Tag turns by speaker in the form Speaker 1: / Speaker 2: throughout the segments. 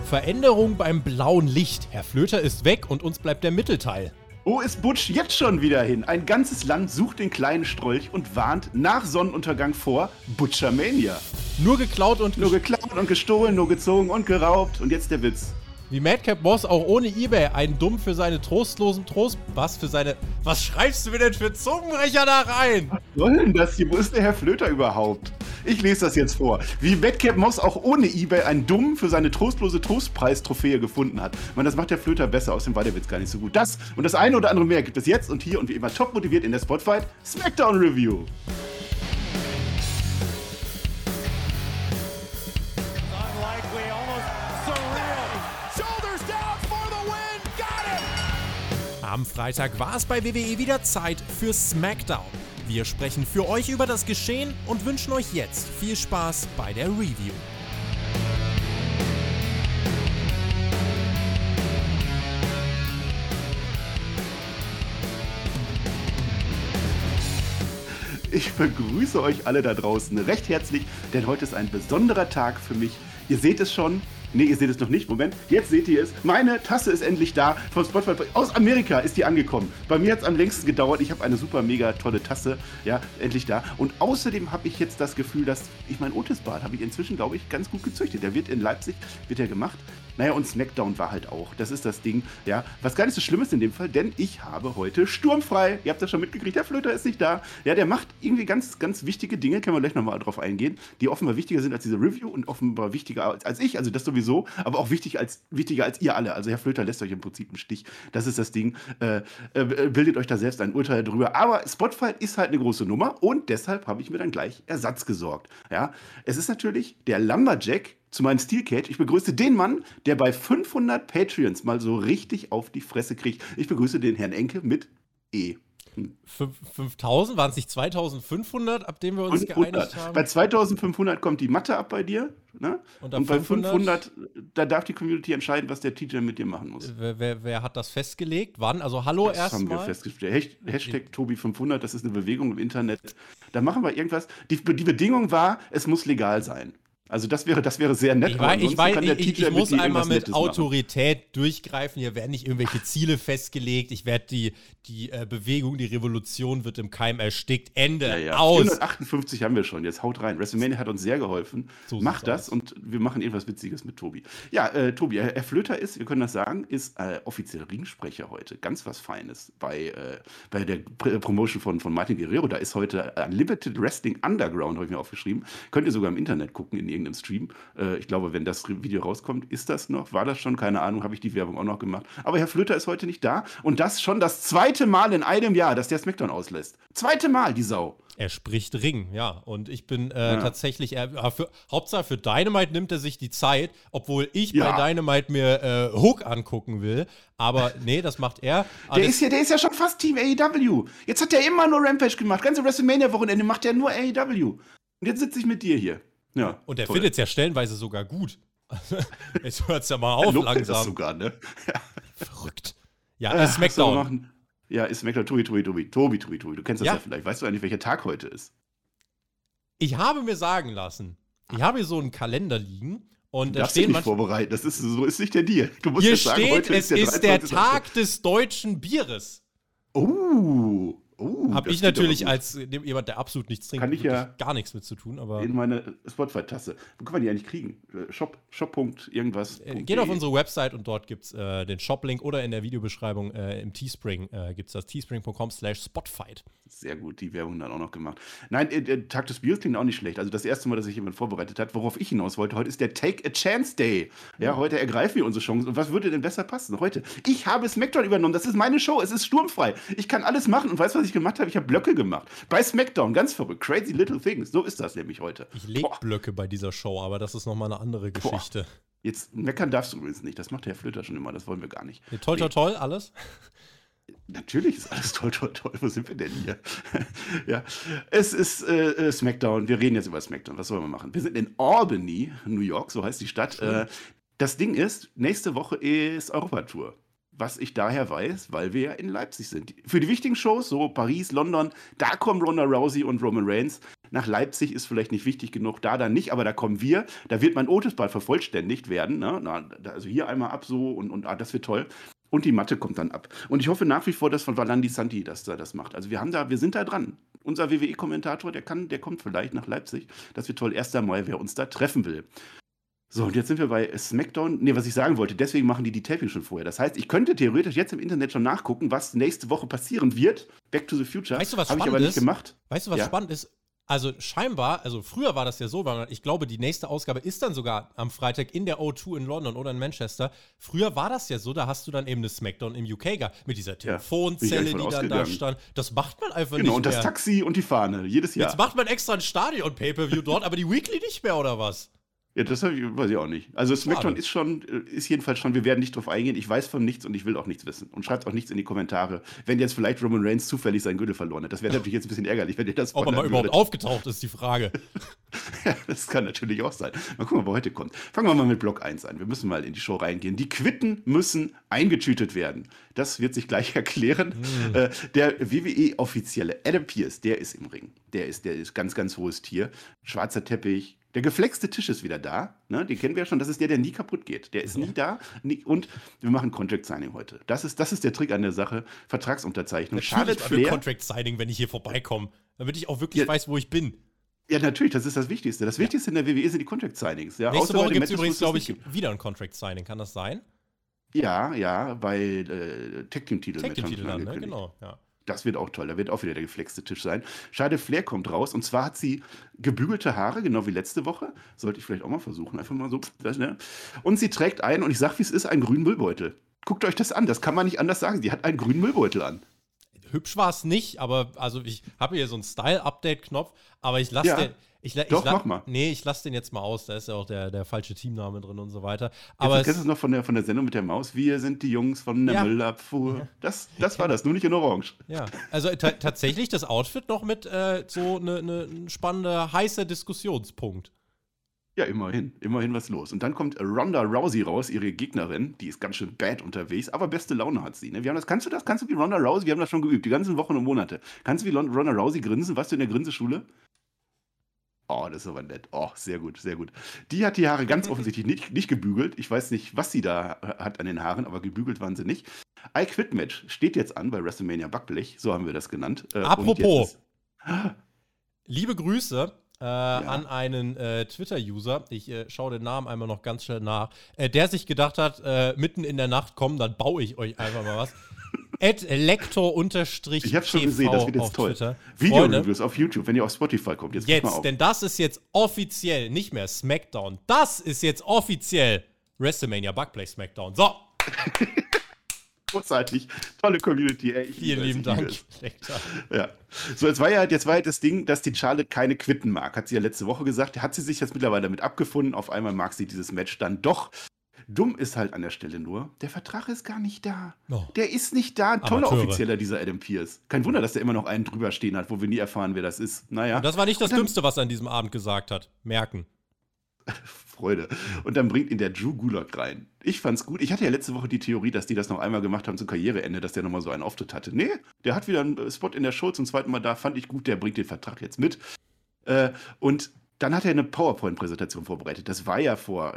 Speaker 1: Veränderung beim blauen Licht. Herr Flöter ist weg und uns bleibt der Mittelteil.
Speaker 2: Wo ist Butch jetzt schon wieder hin? Ein ganzes Land sucht den kleinen Strolch und warnt nach Sonnenuntergang vor Butchermania.
Speaker 1: Nur geklaut und
Speaker 2: gestohlen, nur gezogen und geraubt. Und jetzt der Witz.
Speaker 1: Wie Madcap Moss auch ohne Ebay einen Dumm für seine trostlosen Was schreibst du mir denn für Zungenbrecher da rein?
Speaker 2: Was soll denn das hier? Wo ist der Herr Flöter überhaupt? Ich lese das jetzt vor. Wie Madcap Moss auch ohne Ebay einen Dumm für seine trostlose Trostpreis-Trophäe gefunden hat. Ich meine, das macht der Flöter besser, außerdem war der Witz gar nicht so gut. Das und das eine oder andere mehr gibt es jetzt und hier und wie immer top motiviert in der Spotfight Smackdown Review.
Speaker 1: Am Freitag war es bei WWE wieder Zeit für Smackdown. Wir sprechen für euch über das Geschehen und wünschen euch jetzt viel Spaß bei der Review.
Speaker 2: Ich begrüße euch alle da draußen recht herzlich, denn heute ist ein besonderer Tag für mich. Ihr seht es schon. Ne, ihr seht es noch nicht. Moment, jetzt seht ihr es. Meine Tasse ist endlich da. Von Spotify. Aus Amerika ist die angekommen. Bei mir hat es am längsten gedauert. Ich habe eine super mega tolle Tasse. Ja, endlich da. Und außerdem habe ich jetzt das Gefühl, dass ich mein Otis-Bart habe ich inzwischen, glaube ich, ganz gut gezüchtet. Der wird in Leipzig, wird der gemacht. Naja, und Smackdown war halt auch. Das ist das Ding. Ja, was gar nicht so schlimm ist in dem Fall, denn ich habe heute sturmfrei. Ihr habt das schon mitgekriegt, der Flöter ist nicht da. Ja, der macht irgendwie ganz, ganz wichtige Dinge, können wir gleich nochmal drauf eingehen, die offenbar wichtiger sind als diese Review und offenbar wichtiger als ich. Also das sowieso, aber auch wichtiger als ihr alle. Also Herr Flöter lässt euch im Prinzip im Stich. Das ist das Ding. Bildet euch da selbst ein Urteil drüber. Aber Spotfight ist halt eine große Nummer und deshalb habe ich mir dann gleich Ersatz gesorgt. Ja, es ist natürlich der Lumberjack zu meinem Steel Cage. Ich begrüße den Mann, der bei 500 Patreons mal so richtig auf die Fresse kriegt. Ich begrüße den Herrn Enke mit E.
Speaker 1: 5000? Waren es nicht 2500, ab dem wir uns
Speaker 2: 500.
Speaker 1: geeinigt haben?
Speaker 2: Bei 2500 kommt die Matte ab bei dir. Ne? Und bei 500, da darf die Community entscheiden, was der TJ mit dir machen muss.
Speaker 1: Wer hat das festgelegt? Wann? Also hallo erstmal.
Speaker 2: Das haben wir festgestellt. Hashtag Tobi500, das ist eine Bewegung im Internet. Da machen wir irgendwas. Die Bedingung war, es muss legal sein. Also das wäre sehr nett.
Speaker 1: Ich muss einmal mit Autorität durchgreifen. Hier werden nicht irgendwelche Ziele festgelegt. Ich werde die Bewegung, die Revolution wird im Keim erstickt. Ende, aus.
Speaker 2: 458 haben wir schon. Jetzt haut rein. WrestleMania hat uns sehr geholfen. So Macht das aus. Und wir machen irgendwas Witziges mit Tobi. Ja, Tobi, Herr Flöter ist, wir können das sagen, ist offiziell Ringsprecher heute. Ganz was Feines bei der Promotion von Martin Guerrero. Da ist heute Unlimited Wrestling Underground, habe ich mir aufgeschrieben. Könnt ihr sogar im Internet gucken, in irgendeinem Stream. Ich glaube, wenn das Video rauskommt, ist das noch? War das schon? Keine Ahnung, habe ich die Werbung auch noch gemacht. Aber Herr Flöter ist heute nicht da und das schon das zweite Mal in einem Jahr, dass der Smackdown auslässt. Zweite Mal, die Sau.
Speaker 1: Er spricht Ring, ja. Und ich bin tatsächlich, Hauptsache für Dynamite nimmt er sich die Zeit, obwohl ich bei Dynamite mir Hook angucken will. Aber nee, das macht er.
Speaker 2: Der ist ja schon fast Team AEW. Jetzt hat er immer nur Rampage gemacht. Ganze WrestleMania-Wochenende macht er nur AEW. Und jetzt sitze ich mit dir hier. Ja,
Speaker 1: und er findet es ja stellenweise sogar gut. Jetzt hört es ja mal auf langsam.
Speaker 2: Das sogar, ne?
Speaker 1: Verrückt. Ja, ist Smackdown.
Speaker 2: Ist Smackdown. Tobi. Du kennst das ja vielleicht. Weißt du eigentlich, welcher Tag heute ist?
Speaker 1: Ich habe mir sagen lassen, ich habe hier so einen Kalender liegen. Und
Speaker 2: du darfst dich nicht vorbereiten. So ist nicht der Deal. Du musst
Speaker 1: hier
Speaker 2: jetzt sagen,
Speaker 1: steht,
Speaker 2: heute
Speaker 1: es ist der Tag des deutschen Bieres. Habe ich natürlich als jemand, der absolut nichts trinkt, gar nichts mit zu tun. Aber
Speaker 2: in meine Spotfight-Tasse. Wo kann man die eigentlich kriegen? Shop.
Speaker 1: Geht auf unsere Website und dort gibt es den Shop-Link oder in der Videobeschreibung im Teespring gibt es das teespring.com/Spotfight.
Speaker 2: Sehr gut, die Werbung dann auch noch gemacht. Nein, der Tag des Bieres klingt auch nicht schlecht. Also das erste Mal, dass sich jemand vorbereitet hat, worauf ich hinaus wollte. Heute ist der Take a Chance Day. Ja, heute ergreifen wir unsere Chancen. Und was würde denn besser passen? Heute. Ich habe Smackdown übernommen. Das ist meine Show. Es ist sturmfrei. Ich kann alles machen. Und weißt du, was ich gemacht habe? Ich habe Blöcke gemacht. Bei Smackdown. Ganz verrückt. Crazy Little Things. So ist das nämlich heute.
Speaker 1: Ich lege Blöcke bei dieser Show, aber das ist nochmal eine andere Geschichte.
Speaker 2: Jetzt meckern darfst du übrigens nicht. Das macht der Herr Flöter schon immer. Das wollen wir gar nicht.
Speaker 1: Toll, alles?
Speaker 2: Natürlich ist alles toll. Wo sind wir denn hier? Ja, es ist Smackdown. Wir reden jetzt über Smackdown. Was sollen wir machen? Wir sind in Albany, New York, so heißt die Stadt. Das Ding ist, nächste Woche ist Europatour. Was ich daher weiß, weil wir ja in Leipzig sind. Für die wichtigen Shows, so Paris, London, da kommen Ronda Rousey und Roman Reigns. nach Leipzig ist vielleicht nicht wichtig genug, da dann nicht, aber da kommen wir. Da wird mein Otis bald vervollständigt werden. Ne? Also hier einmal ab so und das wird toll. Und die Matte kommt dann ab. Und ich hoffe nach wie vor, dass von Valandi Santi das macht. Also wir sind da dran. Unser WWE-Kommentator, der kommt vielleicht nach Leipzig. Das wird toll. 1. Mai, wer uns da treffen will. So, und jetzt sind wir bei SmackDown. Was ich sagen wollte, deswegen machen die Taping schon vorher. Das heißt, ich könnte theoretisch jetzt im Internet schon nachgucken, was nächste Woche passieren wird. Back to the Future.
Speaker 1: Weißt du, was
Speaker 2: Habe ich aber nicht gemacht.
Speaker 1: Weißt du, was spannend ist? Also scheinbar, früher war das ja so, weil ich glaube, die nächste Ausgabe ist dann sogar am Freitag in der O2 in London oder in Manchester. Früher war das ja so, da hast du dann eben eine Smackdown im UK gehabt, mit dieser Telefonzelle, die dann da stand. Das macht man einfach nicht mehr.
Speaker 2: Genau, und das Taxi und die Fahne, jedes Jahr.
Speaker 1: Jetzt macht man extra ein Stadion-Pay-Per-View dort, aber die Weekly nicht mehr, oder was?
Speaker 2: Ja, das weiß ich auch nicht. Also SmackDown ist jedenfalls schon, wir werden nicht drauf eingehen. Ich weiß von nichts und ich will auch nichts wissen. Und schreibt auch nichts in die Kommentare, wenn jetzt vielleicht Roman Reigns zufällig seinen Gürtel verloren hat. Das wäre natürlich jetzt ein bisschen ärgerlich, wenn ihr das
Speaker 1: Ob er mal überhaupt aufgetaucht ist, die Frage.
Speaker 2: Ja, das kann natürlich auch sein. Mal gucken, ob er heute kommt. Fangen wir mal mit Block 1 an. Wir müssen mal in die Show reingehen. Die Quitten müssen eingetütet werden. Das wird sich gleich erklären. Der WWE-offizielle Adam Pearce, der ist im Ring. Der ist ganz, ganz hohes Tier. Schwarzer Teppich. Der geflexte Tisch ist wieder da. Ne? Den kennen wir ja schon. Das ist der nie kaputt geht. Der ist nie da. Und wir machen Contract Signing heute. Das ist der Trick an der Sache. Vertragsunterzeichnung.
Speaker 1: Charlotte Flair. Contract Signing, wenn ich hier vorbeikomme. Damit ich auch wirklich weiß, wo ich bin.
Speaker 2: Ja, natürlich. Das ist das Wichtigste. Das Wichtigste in der WWE sind die Contract Signings. Ja,
Speaker 1: nächste Woche gibt es übrigens, glaube ich, wieder ein Contract Signing. Kann das sein?
Speaker 2: Ja, weil Tag-Team-Titel
Speaker 1: dann, ne? Genau, ja.
Speaker 2: Das wird auch toll, da wird auch wieder der geflexte Tisch sein. Schade, Flair kommt raus und zwar hat sie gebügelte Haare, genau wie letzte Woche. Sollte ich vielleicht auch mal versuchen, einfach mal so. Ne? Und sie trägt einen, und ich sag, wie es ist, einen grünen Müllbeutel. Guckt euch das an, das kann man nicht anders sagen. Die hat einen grünen Müllbeutel an.
Speaker 1: Hübsch war es nicht, aber ich habe hier so einen Style-Update-Knopf, aber ich lasse den.
Speaker 2: Mach mal.
Speaker 1: Nee, ich lasse den jetzt mal aus. Da ist ja auch der falsche Teamname drin und so weiter.
Speaker 2: Aber kennst du es noch von der Sendung mit der Maus? Wir sind die Jungs von der Müllabfuhr. Das war das, nur nicht in Orange.
Speaker 1: Ja, also tatsächlich das Outfit noch mit so ein spannender, heißer Diskussionspunkt.
Speaker 2: Ja, immerhin was los. Und dann kommt Ronda Rousey raus, ihre Gegnerin. Die ist ganz schön bad unterwegs, aber beste Laune hat sie. Ne? Kannst du wie Ronda Rousey, wir haben das schon geübt, die ganzen Wochen und Monate. Kannst du wie Ronda Rousey grinsen? Warst du in der Grinseschule? Oh, das ist aber nett. Oh, sehr gut, sehr gut. Die hat die Haare ganz offensichtlich nicht gebügelt. Ich weiß nicht, was sie da hat an den Haaren, aber gebügelt waren sie nicht. I Quit Match steht jetzt an bei WrestleMania Backblech, so haben wir das genannt.
Speaker 1: Apropos, liebe Grüße an einen Twitter-User, ich schaue den Namen einmal noch ganz schnell nach, der sich gedacht hat, mitten in der Nacht, komm, dann baue ich euch einfach mal was. @lektor_TV.
Speaker 2: Ich habe schon gesehen, das wird jetzt toll. Video-Reviews auf YouTube, wenn ihr auf Spotify kommt. Jetzt mal auf.
Speaker 1: Denn das ist jetzt offiziell nicht mehr SmackDown. Das ist jetzt offiziell WrestleMania Backplay SmackDown. So.
Speaker 2: Großartig. Tolle Community, ey.
Speaker 1: Vielen lieben Dank.
Speaker 2: Ja. So, jetzt war ja das Ding, dass die Charlotte keine Quitten mag. Hat sie ja letzte Woche gesagt. Hat sie sich jetzt mittlerweile damit abgefunden. Auf einmal mag sie dieses Match dann doch. Dumm ist halt an der Stelle nur, der Vertrag ist gar nicht da. Oh. Der ist nicht da. Ein toller Offizieller, dieser Adam Pearce. Kein Wunder, dass der immer noch einen drüber stehen hat, wo wir nie erfahren, wer das ist. Naja.
Speaker 1: Und das war nicht das Dümmste, was er an diesem Abend gesagt hat. Merken.
Speaker 2: Freude. Und dann bringt ihn der Drew Gulak rein. Ich fand's gut. Ich hatte ja letzte Woche die Theorie, dass die das noch einmal gemacht haben zum Karriereende, dass der nochmal so einen Auftritt hatte. Nee, der hat wieder einen Spot in der Show zum zweiten Mal da. Fand ich gut, der bringt den Vertrag jetzt mit. Und dann hat er eine PowerPoint-Präsentation vorbereitet. Das war ja vor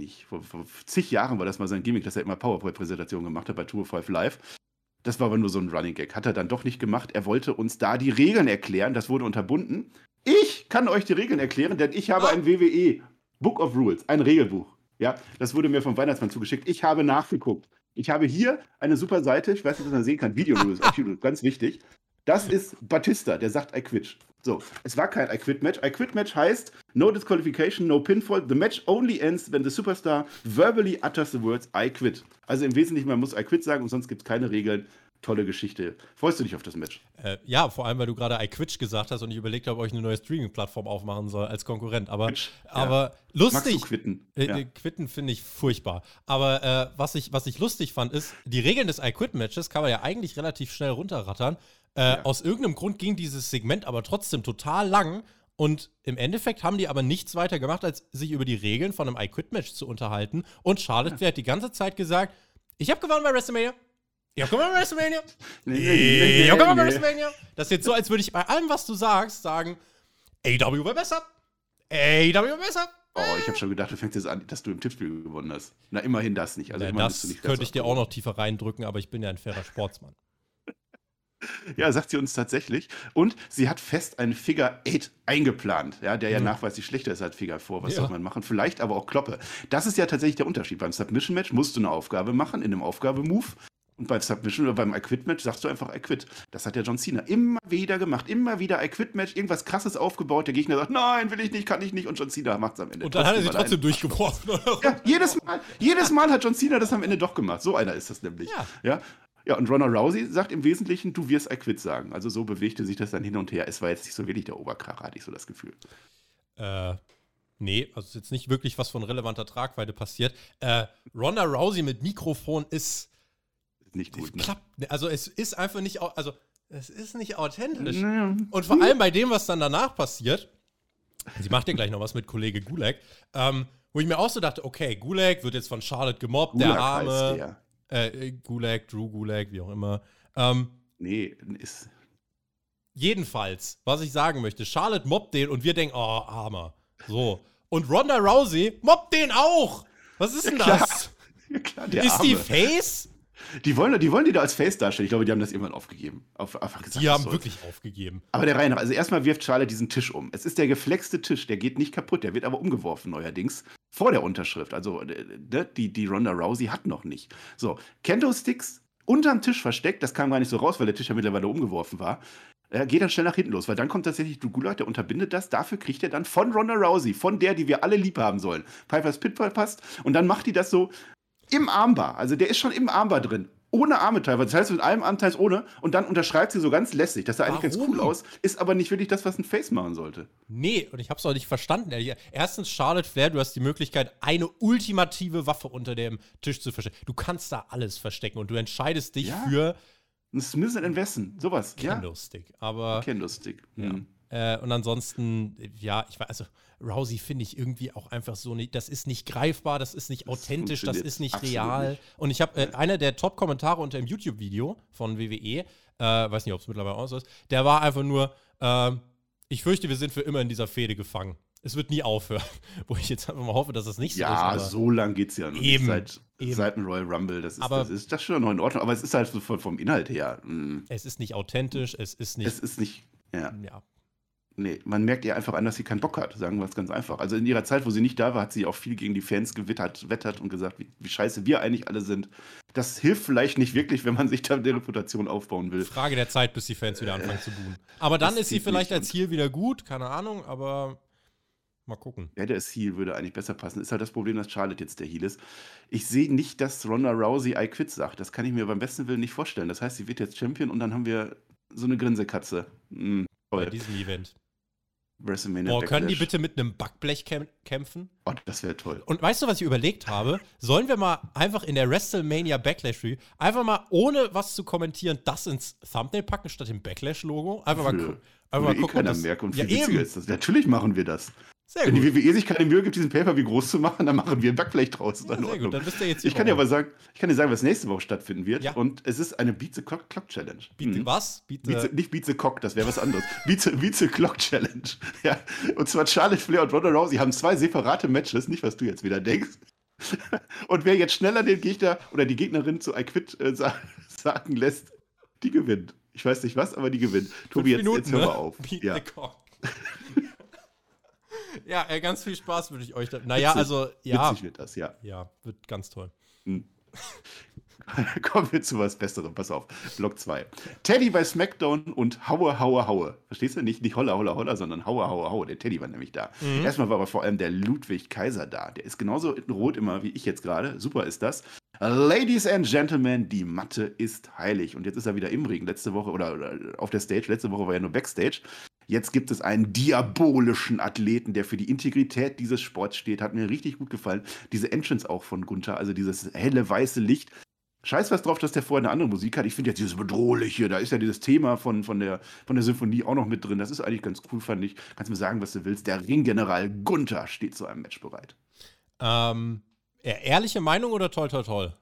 Speaker 2: zig Jahren war das mal sein Gimmick, dass er immer PowerPoint-Präsentationen gemacht hat bei Tour 5 Live. Das war aber nur so ein Running Gag. Hat er dann doch nicht gemacht. Er wollte uns da die Regeln erklären. Das wurde unterbunden. Ich kann euch die Regeln erklären, denn ich habe ein WWE Book of Rules, ein Regelbuch. Ja, das wurde mir vom Weihnachtsmann zugeschickt. Ich habe nachgeguckt. Ich habe hier eine super Seite. Ich weiß nicht, ob man sehen kann. Video-Rules auf YouTube, ganz wichtig. Das ist Batista, der sagt I quit. So, es war kein I Quit Match. I Quit Match heißt no disqualification, no pinfall. The match only ends when the superstar verbally utters the words I quit. Also im Wesentlichen, man muss I quit sagen und sonst gibt es keine Regeln. Tolle Geschichte. Freust du dich auf das Match?
Speaker 1: Ja, vor allem, weil du gerade I Quit gesagt hast und ich überlegt habe, ob ich eine neue Streaming-Plattform aufmachen soll als Konkurrent. Aber lustig.
Speaker 2: Magst du quitten?
Speaker 1: Quitten finde ich furchtbar. Aber was ich lustig fand, ist, die Regeln des I Quit Matches kann man ja eigentlich relativ schnell runterrattern. Aus irgendeinem Grund ging dieses Segment aber trotzdem total lang und im Endeffekt haben die aber nichts weiter gemacht, als sich über die Regeln von einem I Quit Match zu unterhalten. Und Charlotte Flair hat die ganze Zeit gesagt, ich habe gewonnen bei WrestleMania. Ich hab gewonnen bei WrestleMania. Ich hab gewonnen bei WrestleMania. Das ist jetzt so, als würde ich bei allem, was du sagst, sagen, AW wäre besser. AW wäre besser.
Speaker 2: Oh, ich habe schon gedacht, du fängst jetzt an, dass du im Tippspiel gewonnen hast. Na, immerhin das nicht. Also
Speaker 1: Ja, das könnte ich dir auch noch tiefer reindrücken, aber ich bin ja ein fairer Sportsmann.
Speaker 2: Ja, sagt sie uns tatsächlich. Und sie hat fest einen Figure 8 eingeplant, ja, der ja nachweislich schlechter ist als Figure 4. Was soll man machen? Vielleicht aber auch Kloppe. Das ist ja tatsächlich der Unterschied. Beim Submission-Match musst du eine Aufgabe machen, in einem Aufgabe-Move. Und beim Submission oder beim I-Quit-Match sagst du einfach I-Quit. Das hat ja John Cena immer wieder gemacht. Immer wieder I-Quit-Match, irgendwas Krasses aufgebaut. Der Gegner sagt, nein, will ich nicht, kann ich nicht. Und John Cena macht es am Ende.
Speaker 1: Und dann hat er sie trotzdem durchgeworfen. Oder?
Speaker 2: Ja, jedes Mal hat John Cena das am Ende doch gemacht. So einer ist das nämlich. Ja, und Ronda Rousey sagt im Wesentlichen, du wirst I-Quit sagen. Also so bewegte sich das dann hin und her. Es war jetzt nicht so wirklich der Oberkracher, hatte ich so das Gefühl.
Speaker 1: Nee, also ist jetzt nicht wirklich was von relevanter Tragweite passiert. Ronda Rousey mit Mikrofon ist
Speaker 2: nicht gut, ne?
Speaker 1: Klappt, also es ist einfach nicht, also es ist nicht authentisch.
Speaker 2: Naja.
Speaker 1: Und vor allem bei dem, was dann danach passiert, sie macht ja gleich noch was mit Kollege Gulak, wo ich mir auch so dachte, okay, Gulak wird jetzt von Charlotte gemobbt,
Speaker 2: Gulak
Speaker 1: der Arme.
Speaker 2: heißt
Speaker 1: Gulak, Drew Gulak, wie auch immer.
Speaker 2: Nee, ist...
Speaker 1: Jedenfalls, was ich sagen möchte, Charlotte mobbt den und wir denken, oh, Armer. So. Und Ronda Rousey mobbt den auch. Was ist denn das?
Speaker 2: Ja, klar, der
Speaker 1: ist
Speaker 2: Arme.
Speaker 1: die Face?
Speaker 2: Die wollen die da als Face darstellen. Ich glaube, die haben das irgendwann aufgegeben. Einfach gesagt,
Speaker 1: die haben wirklich aufgegeben.
Speaker 2: Aber der Reihe nach. Also erstmal wirft Charlotte diesen Tisch um. Es ist der geflexte Tisch. Der geht nicht kaputt. Der wird aber umgeworfen neuerdings. Vor der Unterschrift. Also die Ronda Rousey hat noch nicht. So, Kendo-Sticks unterm Tisch versteckt. Das kam gar nicht so raus, weil der Tisch ja mittlerweile umgeworfen war. Geht dann schnell nach hinten los. Weil dann kommt tatsächlich Drew Gulak, der unterbindet das. Dafür kriegt er dann von Ronda Rousey, von der, die wir alle lieb haben sollen, Piper's Pit passt. Und dann macht die das so im Armbar. Also der ist schon im Armbar drin. Ohne Arme teilweise. Das heißt, mit einem Arm teils ohne. Und dann unterschreibt sie so ganz lässig. Das sah eigentlich ganz cool aus. Ist aber nicht wirklich das, was ein Face machen sollte.
Speaker 1: Nee, und ich hab's auch nicht verstanden. Erstens, Charlotte Flair, du hast die Möglichkeit, eine ultimative Waffe unter dem Tisch zu verstecken. Du kannst da alles verstecken und du entscheidest dich für
Speaker 2: ein Smith & Wesson, sowas.
Speaker 1: Kendo-Stick. Aber
Speaker 2: Kendo-Stick.
Speaker 1: und ansonsten, ja, ich weiß, also Rousey finde ich irgendwie auch einfach so nicht, das ist nicht greifbar, das ist nicht authentisch, das ist nicht real. Nicht. Und ich habe einer der Top-Kommentare unter dem YouTube-Video von WWE, weiß nicht, ob es mittlerweile auch so ist, der war einfach nur, ich fürchte, wir sind für immer in dieser Fehde gefangen. Es wird nie aufhören. Wo ich jetzt einfach mal hoffe, dass das nicht so ist.
Speaker 2: Ja, so lang geht's ja noch
Speaker 1: eben,
Speaker 2: nicht. Seit dem Royal Rumble. Das ist schon noch in Ordnung. Aber es ist halt so vom Inhalt her.
Speaker 1: Es ist nicht authentisch, es ist nicht.
Speaker 2: Ja. Nee, man merkt ihr einfach an, dass sie keinen Bock hat, sagen wir es ganz einfach. Also in ihrer Zeit, wo sie nicht da war, hat sie auch viel gegen die Fans wettert und gesagt, wie scheiße wir eigentlich alle sind. Das hilft vielleicht nicht wirklich, wenn man sich da eine Reputation aufbauen will.
Speaker 1: Frage der Zeit, bis die Fans wieder anfangen zu buhen. Aber dann ist sie vielleicht als Heel wieder gut, keine Ahnung, aber mal gucken.
Speaker 2: Ja, der ist Heel, würde eigentlich besser passen. Ist halt das Problem, dass Charlotte jetzt der Heel ist. Ich sehe nicht, dass Ronda Rousey I quit sagt. Das kann ich mir beim besten Willen nicht vorstellen. Das heißt, sie wird jetzt Champion und dann haben wir so eine Grinsekatze. Toll.
Speaker 1: Bei diesem Event.
Speaker 2: WrestleMania
Speaker 1: Backlash. Können die bitte mit einem Backblech kämpfen?
Speaker 2: Oh, das wäre toll.
Speaker 1: Und weißt du, was ich überlegt habe? Sollen wir mal einfach in der WrestleMania Backlash Review einfach mal, ohne was zu kommentieren, das ins Thumbnail packen statt dem Backlash-Logo? Einfach mal gucken.
Speaker 2: Keiner merkt und viel witziger ist das. Natürlich machen wir das.
Speaker 1: Sehr
Speaker 2: Wenn
Speaker 1: gut.
Speaker 2: die WWE sich keine Mühe gibt, diesen Pay-Per-View groß zu machen, dann machen wir ein Backblech draus.
Speaker 1: Ja, sehr gut, dann bist du jetzt hier.
Speaker 2: Ich kann dir sagen, was nächste Woche stattfinden wird. Ja. Und es ist eine Beat the Clock Challenge.
Speaker 1: Was?
Speaker 2: Nicht Beat the Cock, das wäre was anderes. Beat the Clock Challenge. Ja. Und zwar Charlotte Flair und Ronda Rousey haben 2 separate Matches, nicht was du jetzt wieder denkst. Und wer jetzt schneller den Gegner oder die Gegnerin zu I Quit sagen lässt, die gewinnt. Ich weiß nicht was, aber die gewinnt. Tobi, jetzt hör mal auf.
Speaker 1: Beat the Cock. Ja, ganz viel Spaß würde ich euch da. Naja, also, ja.
Speaker 2: Witzig wird das, ja.
Speaker 1: Ja, wird ganz toll.
Speaker 2: Kommen wir zu was Besserem. Pass auf. Block 2. Teddy bei SmackDown und Haue. Verstehst du? Nicht Holla, sondern Haue. Der Teddy war nämlich da. Erstmal war aber vor allem der Ludwig Kaiser da. Der ist genauso rot immer wie ich jetzt gerade. Super ist das. Ladies and Gentlemen, die Matte ist heilig. Und jetzt ist er wieder im Ring. Letzte Woche oder auf der Stage. Letzte Woche war er nur Backstage. Jetzt gibt es einen diabolischen Athleten, der für die Integrität dieses Sports steht. Hat mir richtig gut gefallen. Diese Entrance auch von Gunther, also dieses helle, weiße Licht. Scheiß was drauf, dass der vorher eine andere Musik hat. Ich finde jetzt dieses Bedrohliche, da ist ja dieses Thema von der Symphonie auch noch mit drin. Das ist eigentlich ganz cool, fand ich. Kannst mir sagen, was du willst. Der Ringgeneral Gunther steht zu einem Match bereit.
Speaker 1: Ehrliche Meinung oder toll?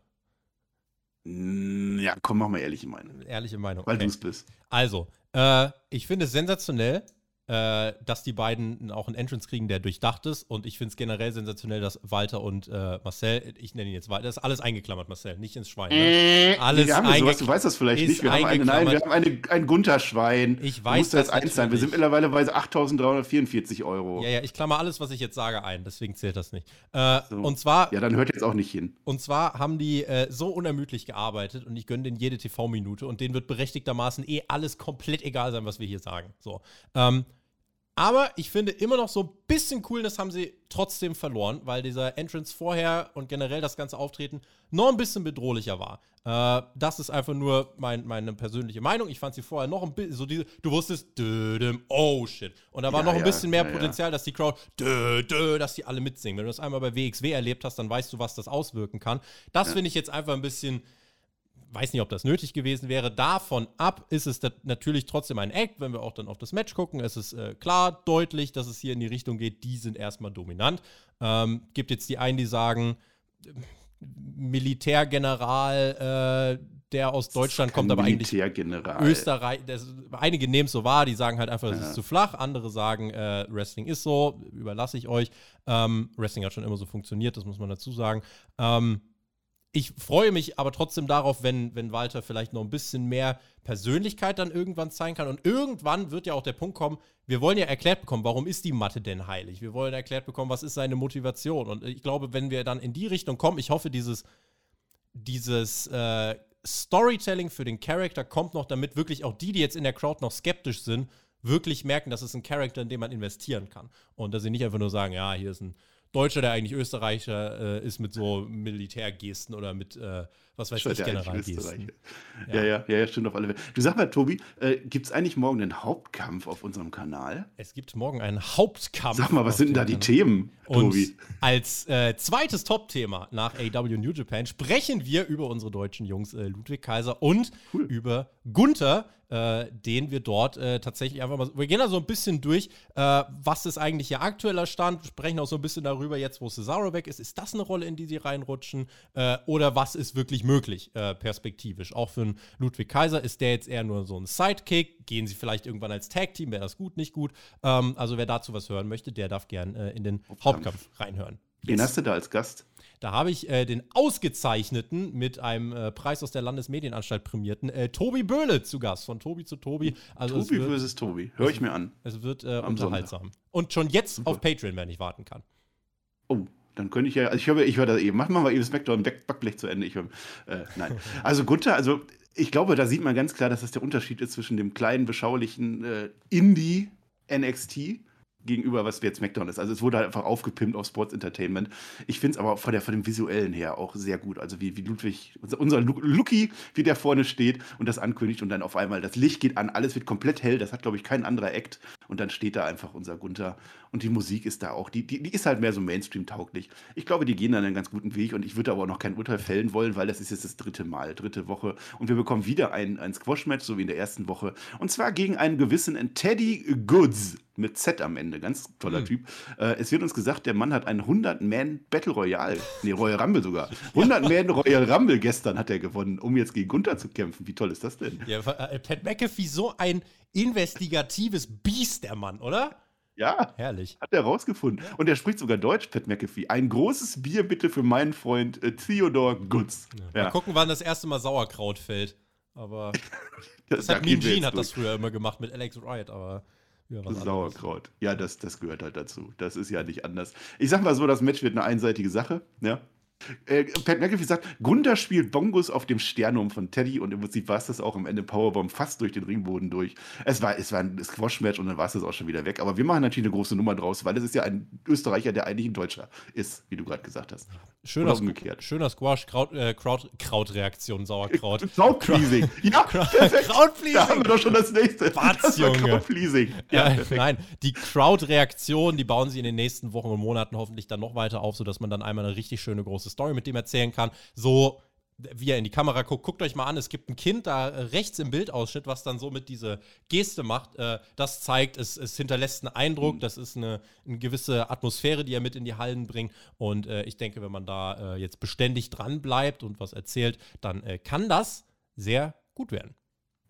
Speaker 2: Ja, komm, mach mal ehrliche Meinung.
Speaker 1: Ehrliche Meinung.
Speaker 2: Weil du es bist.
Speaker 1: Also, ich finde es sensationell, dass die beiden auch einen Entrance kriegen, der durchdacht ist. Und ich finde es generell sensationell, dass Walter und Marcel, ich nenne ihn jetzt Walter, das ist alles eingeklammert, Marcel, nicht ins Schwein. Ne?
Speaker 2: Alles eingeklammert. Du weißt das vielleicht nicht. Wir haben ein Gunther-Schwein.
Speaker 1: Ich weiß,
Speaker 2: muss jetzt eins sein. Wir sind mittlerweile bei 8.344 €.
Speaker 1: Ja, ich klammer alles, was ich jetzt sage, ein. Deswegen zählt das nicht.
Speaker 2: So.
Speaker 1: Und zwar.
Speaker 2: Ja, dann hört jetzt auch nicht hin.
Speaker 1: Und zwar haben die so unermüdlich gearbeitet und ich gönne denen jede TV-Minute und denen wird berechtigtermaßen alles komplett egal sein, was wir hier sagen. So. Aber ich finde immer noch so ein bisschen Coolness haben sie trotzdem verloren, weil dieser Entrance vorher und generell das ganze Auftreten noch ein bisschen bedrohlicher war. Das ist einfach nur meine persönliche Meinung. Ich fand sie vorher noch ein bisschen so diese, du wusstest, oh shit. Und da war noch ein bisschen mehr Potenzial, dass die Crowd, dass die alle mitsingen. Wenn du das einmal bei WXW erlebt hast, dann weißt du, was das auswirken kann. Das finde ich jetzt einfach ein bisschen. Weiß nicht, ob das nötig gewesen wäre. Davon ab ist es natürlich trotzdem ein Act, wenn wir auch dann auf das Match gucken. Es ist klar, deutlich, dass es hier in die Richtung geht. Die sind erstmal dominant. Gibt jetzt die einen, die sagen, Militärgeneral, der aus Deutschland kommt, aber eigentlich Österreich. Einige nehmen es so wahr, die sagen halt einfach, das ist zu flach. Andere sagen, Wrestling ist so, überlasse ich euch. Wrestling hat schon immer so funktioniert, das muss man dazu sagen. Ich freue mich aber trotzdem darauf, wenn Walter vielleicht noch ein bisschen mehr Persönlichkeit dann irgendwann zeigen kann. Und irgendwann wird ja auch der Punkt kommen, wir wollen ja erklärt bekommen, warum ist die Matte denn heilig? Wir wollen erklärt bekommen, was ist seine Motivation? Und ich glaube, wenn wir dann in die Richtung kommen, ich hoffe, dieses Storytelling für den Charakter kommt noch, damit wirklich auch die jetzt in der Crowd noch skeptisch sind, wirklich merken, dass es ein Charakter, in den man investieren kann. Und dass sie nicht einfach nur sagen, ja, hier ist ein Deutscher, der eigentlich Österreicher ist mit so Militärgesten oder mit, was weiß ich, Generalgesten.
Speaker 2: Ja, stimmt auf alle Fälle. Du sag mal, Tobi, gibt es eigentlich morgen einen Hauptkampf auf unserem Kanal?
Speaker 1: Es gibt morgen einen Hauptkampf.
Speaker 2: Sag mal, was sind denn da die Themen, Tobi?
Speaker 1: Und als zweites Top-Thema nach AEW New Japan sprechen wir über unsere deutschen Jungs Ludwig Kaiser und über Gunther, den wir dort tatsächlich einfach mal, wir gehen da so ein bisschen durch, was ist eigentlich ihr aktueller Stand, sprechen auch so ein bisschen darüber jetzt, wo Cesaro weg ist das eine Rolle, in die sie reinrutschen, oder was ist wirklich möglich, perspektivisch. Auch für einen Ludwig Kaiser ist der jetzt eher nur so ein Sidekick, gehen sie vielleicht irgendwann als Tag-Team, wäre das gut, nicht gut, also wer dazu was hören möchte, der darf gern in den Hauptkampf reinhören.
Speaker 2: Wen hast du da als Gast?
Speaker 1: Da habe ich den ausgezeichneten, mit einem Preis aus der Landesmedienanstalt prämierten Tobi Böhle zu Gast, von Tobi zu Tobi. Also
Speaker 2: Tobi versus Tobi, höre ich mir an.
Speaker 1: Es wird unterhaltsam. Sonntag. Und schon jetzt super. Auf Patreon, wenn ich warten kann.
Speaker 2: Oh, dann könnte ich ja, also ich höre das eben, machen wir mal eben SmackDown Backblech zu Ende. Nein. Also Gunther, ich glaube, da sieht man ganz klar, dass das der Unterschied ist zwischen dem kleinen, beschaulichen Indie-NXT gegenüber, was jetzt SmackDown ist. Also es wurde halt einfach aufgepimpt auf Sports Entertainment. Ich finde es aber von dem Visuellen her auch sehr gut. Also wie Ludwig, unser Luki, wie der vorne steht und das ankündigt und dann auf einmal das Licht geht an, alles wird komplett hell. Das hat, glaube ich, kein anderer Act. Und dann steht da einfach unser Gunther. Und die Musik ist da auch, die ist halt mehr so Mainstream-tauglich. Ich glaube, die gehen dann einen ganz guten Weg und ich würde aber auch noch kein Urteil fällen wollen, weil das ist jetzt das dritte Woche. Und wir bekommen wieder ein Squash-Match, so wie in der ersten Woche. Und zwar gegen einen gewissen Teddy Goods. Mit Z am Ende, ganz toller Typ. Es wird uns gesagt, der Mann hat einen 100-Man-Battle Royale, Royal Rumble sogar. 100-Man Royal Rumble gestern hat er gewonnen, um jetzt gegen Gunther zu kämpfen. Wie toll ist das denn?
Speaker 1: Ja, Pat McAfee, so ein investigatives Biest, der Mann, oder?
Speaker 2: Ja,
Speaker 1: herrlich.
Speaker 2: Hat er rausgefunden. Und er spricht sogar Deutsch, Pat McAfee. Ein großes Bier bitte für meinen Freund Theodore Goods.
Speaker 1: Ja. Mal gucken, wann das erste Mal Sauerkraut fällt. Aber das hat Mean Gene das früher immer gemacht mit Alex Wright, aber
Speaker 2: Sauerkraut. Ja, das gehört halt dazu. Das ist ja nicht anders. Ich sag mal so, das Match wird eine einseitige Sache. Ja. Pat McAfee sagt, Gunther spielt Bongos auf dem Sternum von Teddy und im Prinzip war es das auch am Ende Powerbomb fast durch den Ringboden durch. Es war ein Squash-Match und dann war es das auch schon wieder weg. Aber wir machen natürlich eine große Nummer draus, weil es ist ja ein Österreicher, der eigentlich ein Deutscher ist, wie du gerade gesagt hast.
Speaker 1: Schöner Squash, Krautreaktion, Sauerkraut.
Speaker 2: Krautfleasing. Ja,
Speaker 1: Krautfleasing.
Speaker 2: Da haben wir doch schon das nächste.
Speaker 1: Krautfleasing. Nein, die Crowd-Reaktion, die bauen sie in den nächsten Wochen und Monaten hoffentlich dann noch weiter auf, sodass man dann einmal eine richtig schöne große Story mit dem erzählen kann. So, wie er in die Kamera guckt. Guckt euch mal an, es gibt ein Kind da rechts im Bildausschnitt, was dann so mit dieser Geste macht. Das zeigt, es hinterlässt einen Eindruck, das ist eine gewisse Atmosphäre, die er mit in die Hallen bringt. Und ich denke, wenn man da jetzt beständig dran bleibt und was erzählt, dann kann das sehr gut werden.
Speaker 2: Ja.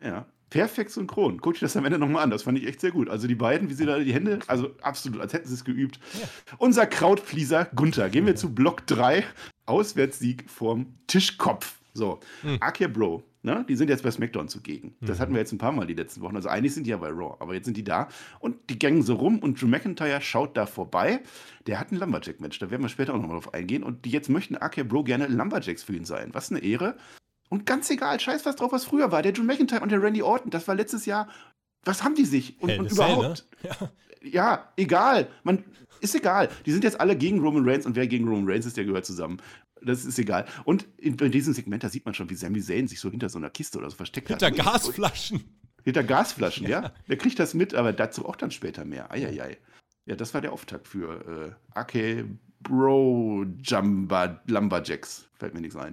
Speaker 2: Perfekt synchron. Guck dir das am Ende nochmal an. Das fand ich echt sehr gut. Also die beiden, wie sie da die Hände, also absolut, als hätten sie es geübt.
Speaker 1: Ja.
Speaker 2: Unser Krautflieser Gunther. Gehen wir zu Block 3. Auswärtssieg vorm Tischkopf. So, Ake Bro, ne? Die sind jetzt bei SmackDown zugegen. Das hatten wir jetzt ein paar Mal die letzten Wochen. Also eigentlich sind die ja bei Raw, aber jetzt sind die da und die gängen so rum und Drew McIntyre schaut da vorbei. Der hat ein Lumberjack-Match, da werden wir später auch nochmal drauf eingehen. Und die jetzt möchten Ake Bro gerne Lumberjacks für ihn sein. Was eine Ehre. Und ganz egal, scheiß was drauf, was früher war. Der Drew McIntyre und der Randy Orton, das war letztes Jahr. Was haben die sich? Und überhaupt.
Speaker 1: Ne?
Speaker 2: Ja, egal. Ist egal. Die sind jetzt alle gegen Roman Reigns und wer gegen Roman Reigns ist, der gehört zusammen. Das ist egal. Und in diesem Segment, da sieht man schon, wie Sami Zayn sich so hinter so einer Kiste oder so versteckt
Speaker 1: hat. Hinter Gasflaschen.
Speaker 2: Hinter Gasflaschen, ja. Der kriegt das mit, aber dazu auch dann später mehr. Eieiei. Ja, das war der Auftakt für Ake Bro Lumberjacks. Fällt mir nichts ein.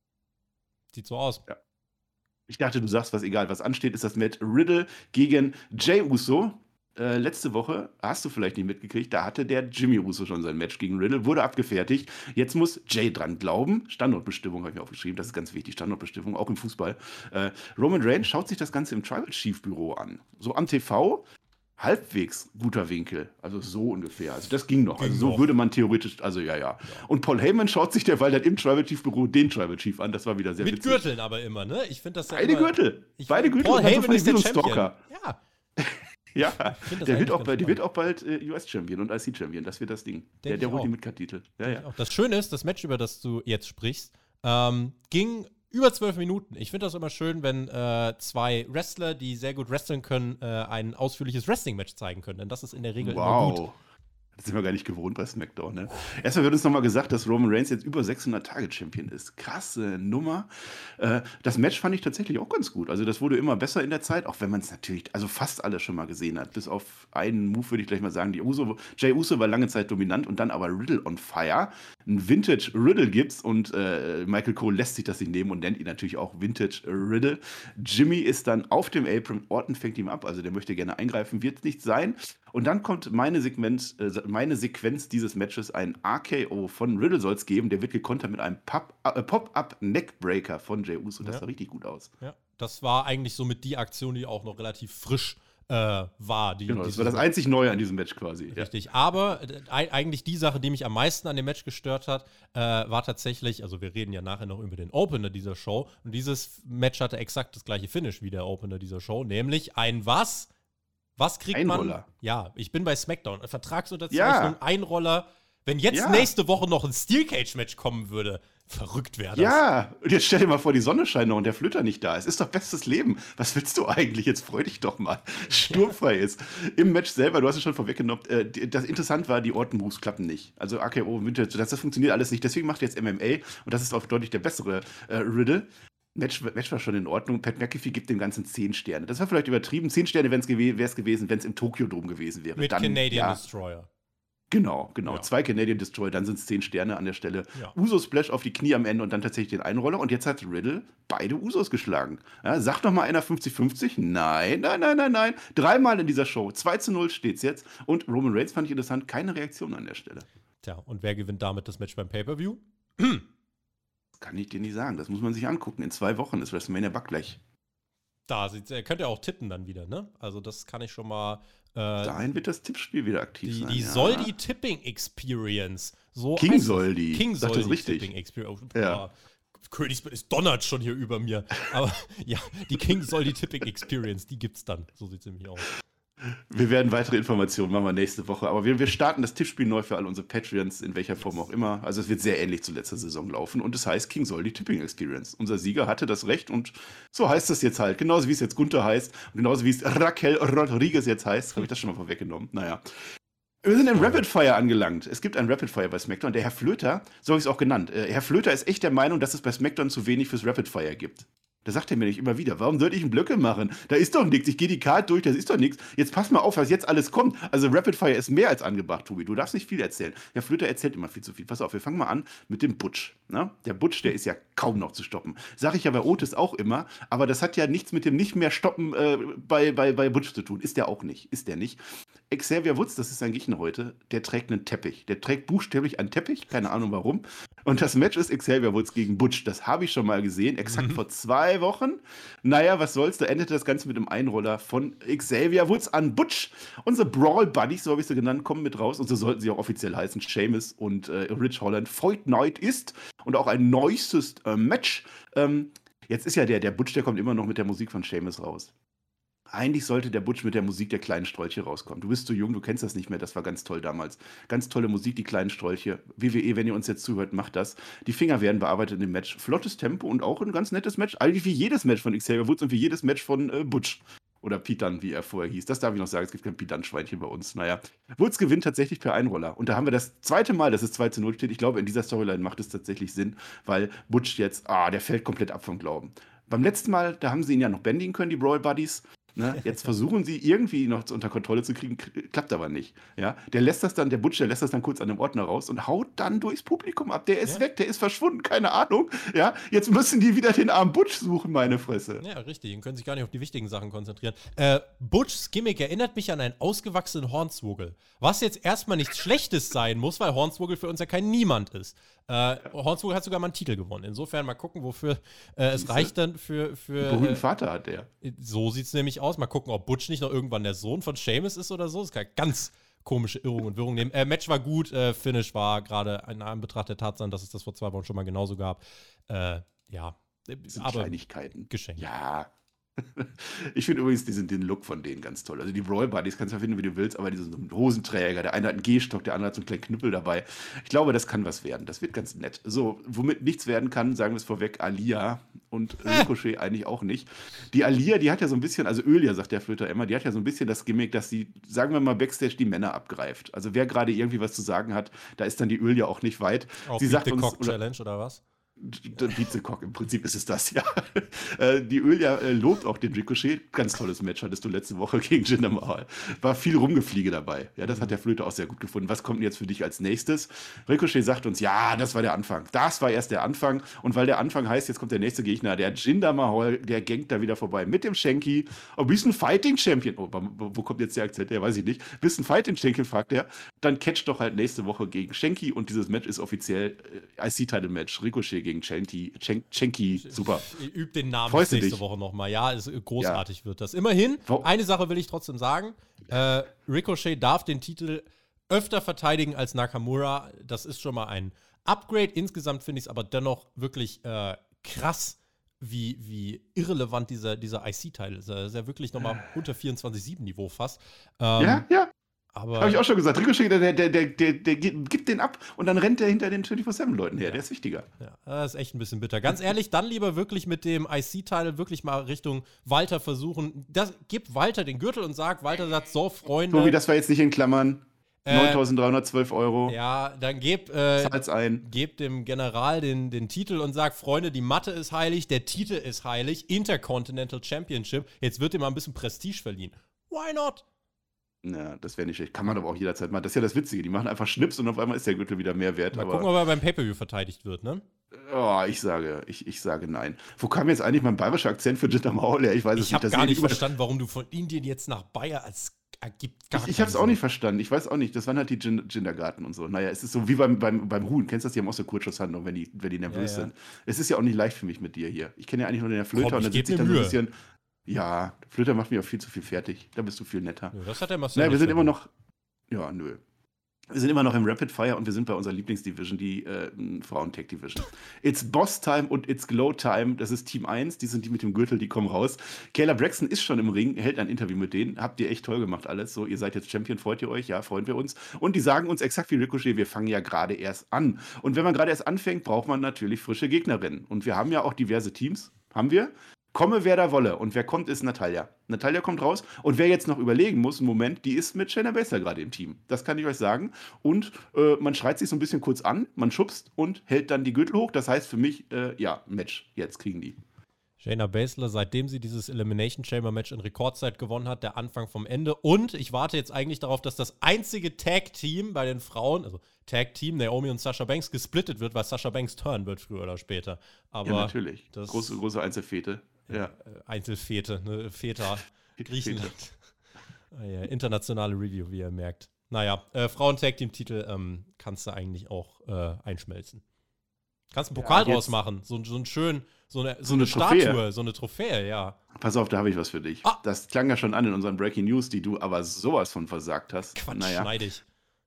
Speaker 1: Sieht so aus.
Speaker 2: Ja. Ich dachte, du sagst, was egal, was ansteht, ist das Match Riddle gegen Jey Uso. Letzte Woche, hast du vielleicht nicht mitgekriegt, da hatte der Jimmy Uso schon sein Match gegen Riddle, wurde abgefertigt. Jetzt muss Jay dran glauben. Standortbestimmung habe ich mir aufgeschrieben, das ist ganz wichtig, Standortbestimmung, auch im Fußball. Roman Reigns schaut sich das Ganze im Tribal Chief Büro an. So am TV, halbwegs guter Winkel, also so ungefähr. Also das ging noch. Also so würde man theoretisch, also ja. Und Paul Heyman schaut sich derweil dann im Tribal Chief Büro den Tribal Chief an. Das war wieder sehr witzig.
Speaker 1: Mit Gürteln aber immer, ne? Ich finde das ja
Speaker 2: Beide Gürtel.
Speaker 1: Paul Heyman ist der Champion.
Speaker 2: Stalker.
Speaker 1: Ja.
Speaker 2: Ja, der wird auch bald US-Champion und IC-Champion. Das wird das Ding. Der holt die Midcard-Titel. Ja.
Speaker 1: Das Schöne ist, das Match, über das du jetzt sprichst, ging über 12 Minuten. Ich finde das immer schön, wenn zwei Wrestler, die sehr gut wresteln können, ein ausführliches Wrestling-Match zeigen können. Denn das ist in der Regel immer gut.
Speaker 2: Das sind wir gar nicht gewohnt bei SmackDown, ne? Erstmal wird uns nochmal gesagt, dass Roman Reigns jetzt über 600-Tage-Champion ist. Krasse Nummer. Das Match fand ich tatsächlich auch ganz gut. Also das wurde immer besser in der Zeit, auch wenn man es natürlich, also fast alle schon mal gesehen hat. Bis auf einen Move würde ich gleich mal sagen, Jey Uso war lange Zeit dominant und dann aber Riddle on fire. Ein Vintage Riddle gibt's und Michael Cole lässt sich das nicht nehmen und nennt ihn natürlich auch Vintage Riddle. Jimmy ist dann auf dem Apron, Orton fängt ihm ab, also der möchte gerne eingreifen, wird nicht sein. Und dann kommt meine Sequenz dieses Matches, ein RKO von Riddle soll es geben, der wird gekontert mit einem Pop-Up-Neckbreaker von Jey Uso. Das sah richtig gut aus.
Speaker 1: Ja, das war eigentlich somit die Aktion, die auch noch relativ frisch war.
Speaker 2: Genau, das war das einzig Neue an diesem Match quasi.
Speaker 1: Richtig, ja. Aber eigentlich die Sache, die mich am meisten an dem Match gestört hat, war tatsächlich, also wir reden ja nachher noch über den Opener dieser Show und dieses Match hatte exakt das gleiche Finish wie der Opener dieser Show, nämlich ein was? Was kriegt
Speaker 2: Einroller.
Speaker 1: man? Ja, ich bin bei SmackDown. Vertragsunterzeichnung, Einroller. Wenn jetzt nächste Woche noch ein Steel Cage Match kommen würde, verrückt wäre das.
Speaker 2: Ja, und jetzt stell dir mal vor, die Sonne scheint noch und der Flöter nicht da ist. Ist doch bestes Leben. Was willst du eigentlich? Jetzt freu dich doch mal. Sturmfrei ist. Im Match selber, du hast es schon vorweggenommen, das interessant war, die Orton-Moves klappen nicht. Also AKO, das funktioniert alles nicht. Deswegen macht jetzt MMA und das ist auch deutlich der bessere Riddle. Match war schon in Ordnung. Pat McAfee gibt dem Ganzen 10 Sterne. Das war vielleicht übertrieben. 10 Sterne wäre es gewesen, wenn es im Tokyo-Dom gewesen wäre.
Speaker 1: Mit dann, Canadian Destroyer.
Speaker 2: Genau. Ja. 2 Canadian Destroyer, dann sind es 10 Sterne an der Stelle. Ja. Uso-Splash auf die Knie am Ende und dann tatsächlich den Einroller. Und jetzt hat Riddle beide Usos geschlagen. Ja, sagt doch mal einer 50-50? Nein. 3-mal in dieser Show. 2-0 steht's jetzt. Und Roman Reigns fand ich interessant. Keine Reaktion an der Stelle.
Speaker 1: Tja, und wer gewinnt damit das Match beim Pay-Per-View?
Speaker 2: Kann ich dir nicht sagen. Das muss man sich angucken. In 2 Wochen ist WrestleMania backgleich.
Speaker 1: Da könnt ihr auch tippen dann wieder, ne? Also das kann ich schon mal.
Speaker 2: Dahin wird das Tippspiel wieder aktiv sein.
Speaker 1: Die Soldi Tipping Experience. So
Speaker 2: King Soldi.
Speaker 1: King
Speaker 2: Soldi
Speaker 1: das richtig. Tipping Experience. Ja. Königsbild, es donnert schon hier über mir. Aber ja, die King Soldi Tipping Experience, die gibt's dann. So sieht's nämlich aus.
Speaker 2: Wir werden weitere Informationen machen wir nächste Woche. Aber wir starten das Tippspiel neu für alle unsere Patreons, in welcher Form auch immer. Also es wird sehr ähnlich zur letzten Saison laufen. Und es heißt King Soldi Tipping Experience. Unser Sieger hatte das Recht und so heißt es jetzt halt. Genauso wie es jetzt Gunther heißt und genauso wie es Raquel Rodriguez jetzt heißt. Habe ich das schon mal vorweggenommen? Naja. Wir sind im Rapid Fire angelangt. Es gibt ein Rapid Fire bei SmackDown. Der Herr Flöter, so habe ich es auch genannt. Herr Flöter ist echt der Meinung, dass es bei SmackDown zu wenig fürs Rapid Fire gibt. Da sagt er mir nicht immer wieder, warum sollte ich einen Blöcke machen? Da ist doch nichts, ich gehe die Karte durch, das ist doch nichts. Jetzt pass mal auf, was jetzt alles kommt. Also Rapid Fire ist mehr als angebracht, Tobi. Du darfst nicht viel erzählen. Der Flöter erzählt immer viel zu viel. Pass auf, wir fangen mal an mit dem Butch. Ne? Der Butch, der ist ja kaum noch zu stoppen. Sag ich ja bei Otis auch immer, aber das hat ja nichts mit dem nicht mehr stoppen bei Butch zu tun. Ist der auch nicht. Ist der nicht. Xavier Woods, das ist sein Gegner heute, der trägt einen Teppich. Der trägt buchstäblich einen Teppich, keine Ahnung warum. Und das Match ist Xavier Woods gegen Butch. Das habe ich schon mal gesehen, exakt vor 2 Wochen. Naja, was soll's, da endete das Ganze mit einem Einroller von Xavier Woods an Butch. Unsere Brawl Buddies, so habe ich sie genannt, kommen mit raus. Und so sollten sie auch offiziell heißen. Sheamus und Rich Holland. Fight Night ist und auch ein neuestes Match. Jetzt ist ja der Butch, der kommt immer noch mit der Musik von Sheamus raus. Eigentlich sollte der Butch mit der Musik der kleinen Strolche rauskommen. Du bist so jung, du kennst das nicht mehr. Das war ganz toll damals. Ganz tolle Musik, die kleinen Strolche. WWE, wenn ihr uns jetzt zuhört, macht das. Die Finger werden bearbeitet in dem Match. Flottes Tempo und auch ein ganz nettes Match. Eigentlich wie jedes Match von Xavier Woods und wie jedes Match von Butch. Oder Pete Dunne, wie er vorher hieß. Das darf ich noch sagen. Es gibt kein Pete Dunne-Schweinchen bei uns. Naja, Woods gewinnt tatsächlich per Einroller. Und da haben wir das zweite Mal, dass es 2:0 steht. Ich glaube, in dieser Storyline macht es tatsächlich Sinn, weil Butch jetzt, der fällt komplett ab vom Glauben. Beim letzten Mal, da haben sie ihn ja noch bändigen können, die Brawl Buddies. Ne? Jetzt versuchen sie irgendwie noch unter Kontrolle zu kriegen, klappt aber nicht. Ja? Der Butch, der lässt das dann kurz an dem Ordner raus und haut dann durchs Publikum ab. Der ist weg, der ist verschwunden, keine Ahnung. Ja? Jetzt müssen die wieder den armen Butch suchen, meine Fresse.
Speaker 1: Ja, richtig, und können sich gar nicht auf die wichtigen Sachen konzentrieren. Butchs Gimmick erinnert mich an einen ausgewachsenen Hornswoggle. Was jetzt erstmal nichts Schlechtes sein muss, weil Hornswoggle für uns ja kein Niemand ist. Hornswoggle hat sogar mal einen Titel gewonnen. Insofern mal gucken, wofür es reicht dann für
Speaker 2: berühmten Vater hat der.
Speaker 1: So sieht es nämlich aus. Mal gucken, ob Butch nicht noch irgendwann der Sohn von Sheamus ist oder so. Das kann ganz komische Irrung und Wirrung nehmen. Match war gut, Finish war gerade in Anbetracht der Tatsache, dass es das vor 2 Wochen schon mal genauso gab. Ja,
Speaker 2: das sind
Speaker 1: aber
Speaker 2: Kleinigkeiten.
Speaker 1: Geschenk.
Speaker 2: Ja. Ich finde übrigens den Look von denen ganz toll. Also die Brawl Buddies kannst du finden, wie du willst, aber diesen Hosenträger, der eine hat einen Gehstock, der andere hat so einen kleinen Knüppel dabei. Ich glaube, das kann was werden. Das wird ganz nett. So, womit nichts werden kann, sagen wir es vorweg, Aliyah und Ricochet eigentlich auch nicht. Die Aliyah, die hat ja so ein bisschen, also Ölia, sagt der Flöter immer, die hat ja so ein bisschen das Gimmick, dass sie, sagen wir mal, Backstage die Männer abgreift. Also wer gerade irgendwie was zu sagen hat, da ist dann die Ölia auch nicht weit.
Speaker 1: Auch
Speaker 2: sie sagt
Speaker 1: die
Speaker 2: uns,
Speaker 1: Cock-Challenge oder was?
Speaker 2: Vizecock, im Prinzip ist es das, ja. Die Ölia lobt auch den Ricochet. Ganz tolles Match hattest du letzte Woche gegen Jinder Mahal. War viel Rumgefliege dabei. Ja, das hat der Flöte auch sehr gut gefunden. Was kommt denn jetzt für dich als nächstes? Ricochet sagt uns, ja, das war der Anfang. Das war erst der Anfang. Und weil der Anfang heißt, jetzt kommt der nächste Gegner, der Jinder Mahal, der gangt da wieder vorbei mit dem Shanky. Oh, bist ein Fighting Champion? Oh, wo kommt jetzt der Akzent? Der weiß ich nicht. Bist ein Fighting Champion, fragt er. Dann catch doch halt nächste Woche gegen Shanky und dieses Match ist offiziell IC-Title-Match. Ricochet gegen Shanky, super.
Speaker 1: Übt den Namen
Speaker 2: nächste
Speaker 1: Woche nochmal. Ja, großartig wird das. Immerhin, eine Sache will ich trotzdem sagen. Ricochet darf den Titel öfter verteidigen als Nakamura. Das ist schon mal ein Upgrade. Insgesamt finde ich es aber dennoch wirklich krass, wie irrelevant dieser IC-Teil ist. Er ist ja wirklich nochmal unter 24/7-Niveau fast.
Speaker 2: Ja. Habe ich auch schon gesagt. Ricochet, der gibt den ab und dann rennt er hinter den 24/7-Leuten her. Der ist wichtiger.
Speaker 1: Ja, das ist echt ein bisschen bitter. Ganz ehrlich, dann lieber wirklich mit dem IC-Teil wirklich mal Richtung Walter versuchen. Gib Walter den Gürtel und Walter sagt, so, Freunde.
Speaker 2: Tobi, das war jetzt nicht in Klammern. 9.312 Euro.
Speaker 1: Ja, dann gebt dem General den Titel und sagt, Freunde, die Matte ist heilig, der Titel ist heilig, Intercontinental Championship. Jetzt wird ihm mal ein bisschen Prestige verliehen. Why not?
Speaker 2: Ja, das wäre nicht schlecht. Kann man aber auch jederzeit machen. Das ist ja das Witzige. Die machen einfach Schnips und auf einmal ist der Gürtel wieder mehr wert.
Speaker 1: Mal gucken, ob er beim Pay-Per-View verteidigt wird, ne?
Speaker 2: Oh, ich sage nein. Wo kam jetzt eigentlich mein bayerischer Akzent für Jinder Mahal her? Ich weiß es nicht.
Speaker 1: Ich habe gar nicht verstanden, warum du von Indien jetzt nach Bayern ergibt gar
Speaker 2: Ich habe es auch nicht verstanden. Ich weiß auch nicht. Das waren halt die Kindergarten und so. Naja, es ist so wie beim Huhn. Kennst du das? Die haben auch so Kurzschusshandlung, wenn die nervös sind. Es ist ja auch nicht leicht für mich mit dir hier. Ich kenne ja eigentlich nur den Flöter und dann sitze ich dann so ein bisschen. Ja, Flöter macht mich auch viel zu viel fertig. Da bist du viel netter.
Speaker 1: Ja, das hat der Marcel.
Speaker 2: Naja, wir sind immer noch. Ja, nö. Wir sind immer noch im Rapid Fire und wir sind bei unserer Lieblingsdivision, die Frauen-Tech-Division. It's Boss Time und It's Glow Time. Das ist Team 1. Die sind die mit dem Gürtel, die kommen raus. Kayla Braxton ist schon im Ring, hält ein Interview mit denen. Habt ihr echt toll gemacht alles. So, ihr seid jetzt Champion, freut ihr euch? Ja, freuen wir uns. Und die sagen uns exakt wie Ricochet, wir fangen ja gerade erst an. Und wenn man gerade erst anfängt, braucht man natürlich frische Gegnerinnen. Und wir haben ja auch diverse Teams. Haben wir? Komme, wer da wolle. Und wer kommt, ist Natalya. Natalya kommt raus. Und wer jetzt noch überlegen muss, im Moment, die ist mit Shayna Baszler gerade im Team. Das kann ich euch sagen. Und man schreit sich so ein bisschen kurz an, man schubst und hält dann die Gürtel hoch. Das heißt für mich, Match. Jetzt kriegen die.
Speaker 1: Shayna Baszler, seitdem sie dieses Elimination Chamber Match in Rekordzeit gewonnen hat, der Anfang vom Ende. Und ich warte jetzt eigentlich darauf, dass das einzige Tag-Team bei den Frauen, also Tag-Team, Naomi und Sasha Banks, gesplittet wird, weil Sasha Banks turn wird, früher oder später. Aber
Speaker 2: ja, natürlich. Große Einzelfete. Ja.
Speaker 1: Einzelfete, ne? Väter, Griechenland. Ja, internationale Review, wie ihr merkt. Naja, Frauen-Tag-Team-Titel kannst du eigentlich auch einschmelzen. Kannst einen Pokal draus machen. So einen schönen, so eine Statue, so eine Trophäe, ja.
Speaker 2: Pass auf, da habe ich was für dich. Das klang ja schon an in unseren Breaking News, die du aber sowas von versagt hast.
Speaker 1: Quatsch, schneid ich.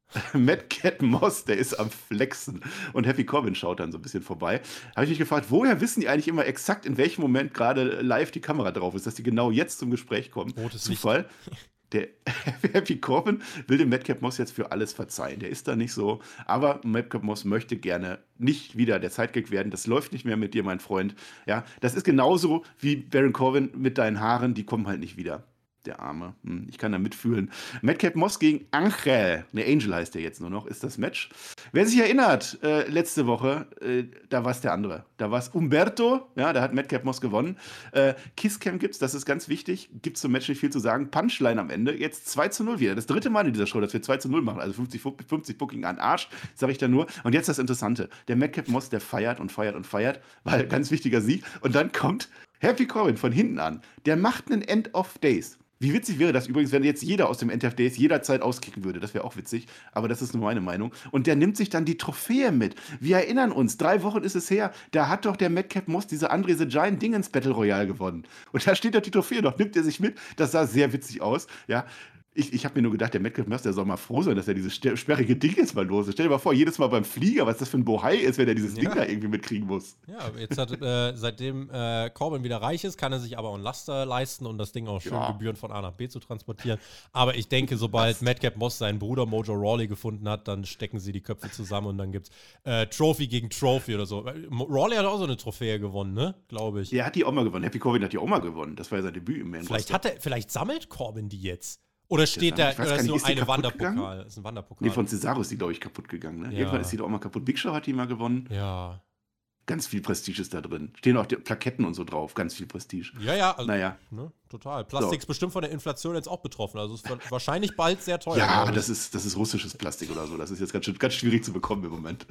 Speaker 2: Madcap Moss, der ist am Flexen und Happy Corbin schaut dann so ein bisschen vorbei. Habe ich mich gefragt, woher wissen die eigentlich immer exakt, in welchem Moment gerade live die Kamera drauf ist, dass die genau jetzt zum Gespräch kommen?
Speaker 1: Rotes
Speaker 2: Zufall. Der Happy Corbin will dem Madcap Moss jetzt für alles verzeihen. Der ist da nicht so. Aber Madcap Moss möchte gerne nicht wieder der Sidekick werden. Das läuft nicht mehr mit dir, mein Freund. Ja, das ist genauso wie Baron Corbin mit deinen Haaren. Die kommen halt nicht wieder. Der Arme. Ich kann da mitfühlen. Madcap Moss gegen Angel. Ne, Angel heißt der jetzt nur noch, ist das Match. Wer sich erinnert, letzte Woche, da war es der andere. Da war es Umberto. Ja, da hat Madcap Moss gewonnen. Kisscam gibt's, das ist ganz wichtig. Gibt's zum Match nicht viel zu sagen. Punchline am Ende. Jetzt 2:0 wieder. Das dritte Mal in dieser Show, dass wir 2:0 machen. Also 50 Booking an Arsch, sage ich da nur. Und jetzt das Interessante. Der Madcap Moss, der feiert und feiert und feiert. Weil ganz wichtiger Sieg. Und dann kommt Happy Corbin von hinten an. Der macht einen End of Days. Wie witzig wäre das übrigens, wenn jetzt jeder aus dem End of Days jederzeit auskicken würde. Das wäre auch witzig, aber das ist nur meine Meinung. Und der nimmt sich dann die Trophäe mit. Wir erinnern uns, 3 Wochen ist es her, da hat doch der Madcap Moss diese Andre the Giant Dingens Battle Royale gewonnen. Und da steht doch die Trophäe noch, nimmt er sich mit. Das sah sehr witzig aus, ja. Ich habe mir nur gedacht, der Madcap Moss, der soll mal froh sein, dass er dieses sperrige Ding jetzt mal los ist. Stell dir mal vor, jedes Mal beim Flieger, was das für ein Bohai ist, wenn er dieses Ding da irgendwie mitkriegen muss.
Speaker 1: Ja, jetzt hat, seitdem Corbin wieder reich ist, kann er sich aber auch ein Laster leisten und das Ding auch schön gebührend von A nach B zu transportieren. Aber ich denke, sobald Madcap Moss seinen Bruder Mojo Rawley gefunden hat, dann stecken sie die Köpfe zusammen und dann gibt's Trophy gegen Trophy oder so. Rawley hat auch so eine Trophäe gewonnen, ne? Glaube ich.
Speaker 2: Der hat die auch mal gewonnen. Happy Corbin hat die auch mal gewonnen. Das war ja sein Debüt im Main Roster.
Speaker 1: Vielleicht sammelt Corbin die jetzt. Oder steht da, oder ist nur eine Wanderpokal? Ist ein Wanderpokal.
Speaker 2: Nee, von Cesaro ist die, glaube ich, kaputt gegangen. Ne? Ja. Irgendwann ist die doch auch mal kaputt. Big Show hat die mal gewonnen.
Speaker 1: Ja.
Speaker 2: Ganz viel Prestige ist da drin. Stehen auch die Plaketten und so drauf. Ganz viel Prestige.
Speaker 1: Ja. Also, ne, total. Plastik ist bestimmt von der Inflation jetzt auch betroffen. Also es wird wahrscheinlich bald sehr teuer.
Speaker 2: Ja, aber das ist russisches Plastik oder so. Das ist jetzt ganz schwierig zu bekommen im Moment.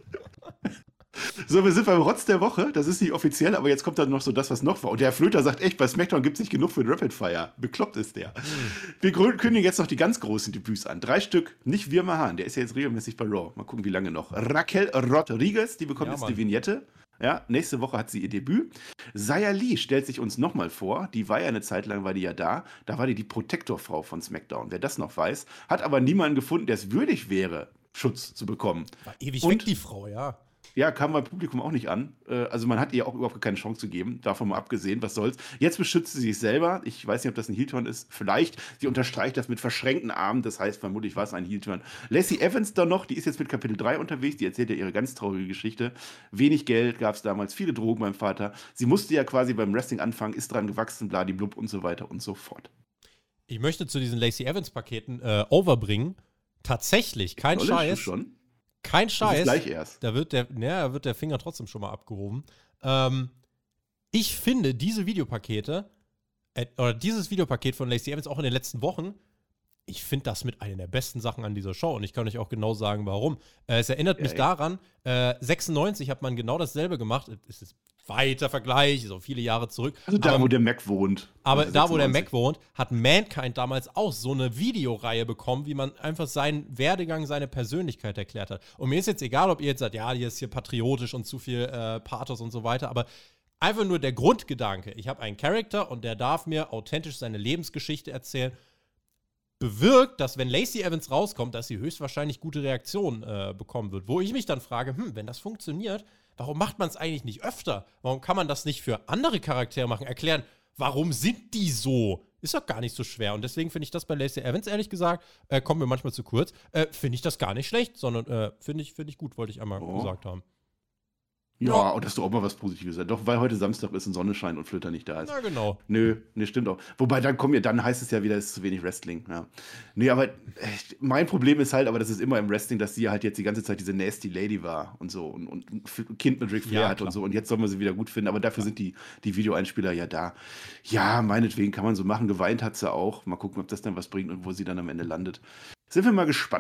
Speaker 2: So, wir sind beim Rotz der Woche. Das ist nicht offiziell, aber jetzt kommt dann noch so das, was noch war. Und der Herr Flöter sagt echt, bei SmackDown gibt es nicht genug für den Rapid Fire. Bekloppt ist der. Wir kündigen jetzt noch die ganz großen Debüts an. 3 Stück. Nicht Wirma Hahn, der ist ja jetzt regelmäßig bei Raw. Mal gucken, wie lange noch. Raquel Rodriguez, die bekommt jetzt die Vignette. Ja, nächste Woche hat sie ihr Debüt. Xia Li stellt sich uns nochmal vor. Die war ja eine Zeit lang, war die ja da. Da war die Protektorfrau von SmackDown. Wer das noch weiß, hat aber niemanden gefunden, der es würdig wäre, Schutz zu bekommen.
Speaker 1: War ewig weg, die Frau, ja.
Speaker 2: Ja, kam beim Publikum auch nicht an. Also man hat ihr auch überhaupt keine Chance zu geben. Davon mal abgesehen, was soll's. Jetzt beschützt sie sich selber. Ich weiß nicht, ob das ein Heel-Turn ist. Vielleicht. Sie unterstreicht das mit verschränkten Armen. Das heißt, vermutlich war es ein Heel-Turn. Lacey Evans da noch. Die ist jetzt mit Kapitel 3 unterwegs. Die erzählt ja ihre ganz traurige Geschichte. Wenig Geld gab es damals. Viele Drogen beim Vater. Sie musste ja quasi beim Wrestling anfangen. Ist dran gewachsen. Bladiblub und so weiter und so fort.
Speaker 1: Ich möchte zu diesen Lacey Evans-Paketen overbringen. Tatsächlich, kein Scheiß.
Speaker 2: Schon?
Speaker 1: Kein Scheiß.
Speaker 2: Das ist gleich erst.
Speaker 1: Da wird der Finger trotzdem schon mal abgehoben. Ich finde diese Videopakete, oder dieses Videopaket von Lacey Evans auch in den letzten Wochen, ich finde das mit einer der besten Sachen an dieser Show. Und ich kann euch auch genau sagen, warum. Es erinnert mich daran, 96 hat man genau dasselbe gemacht. Es ist weiter Vergleich, so viele Jahre zurück.
Speaker 2: Also da, wo der Mac wohnt.
Speaker 1: Aber da, wo der Mac wohnt, hat Mankind damals auch so eine Videoreihe bekommen, wie man einfach seinen Werdegang, seine Persönlichkeit erklärt hat. Und mir ist jetzt egal, ob ihr jetzt sagt, ja, hier ist hier patriotisch und zu viel Pathos und so weiter, aber einfach nur der Grundgedanke, ich habe einen Charakter und der darf mir authentisch seine Lebensgeschichte erzählen, bewirkt, dass wenn Lacey Evans rauskommt, dass sie höchstwahrscheinlich gute Reaktionen bekommen wird. Wo ich mich dann frage, wenn das funktioniert, warum macht man es eigentlich nicht öfter? Warum kann man das nicht für andere Charaktere machen? Erklären, warum sind die so? Ist doch gar nicht so schwer. Und deswegen finde ich das bei Lacey Evans, ehrlich gesagt, kommt mir manchmal zu kurz, finde ich das gar nicht schlecht, sondern finde ich gut, wollte ich einmal gesagt haben.
Speaker 2: Ja, und das ist doch auch mal was Positives. Doch, weil heute Samstag ist und Sonne scheint und Flöter nicht da ist.
Speaker 1: Na, genau.
Speaker 2: Nö, stimmt auch. Wobei, dann heißt es ja wieder, es ist zu wenig Wrestling. Ja. Nee, aber mein Problem ist halt, aber das ist immer im Wrestling, dass sie halt jetzt die ganze Zeit diese Nasty Lady war und so und ein Kind mit Ric Flair hat und so. Und jetzt soll man sie wieder gut finden, aber dafür sind die Videoeinspieler ja da. Ja, meinetwegen kann man so machen. Geweint hat sie auch. Mal gucken, ob das dann was bringt und wo sie dann am Ende landet. Sind wir mal gespannt.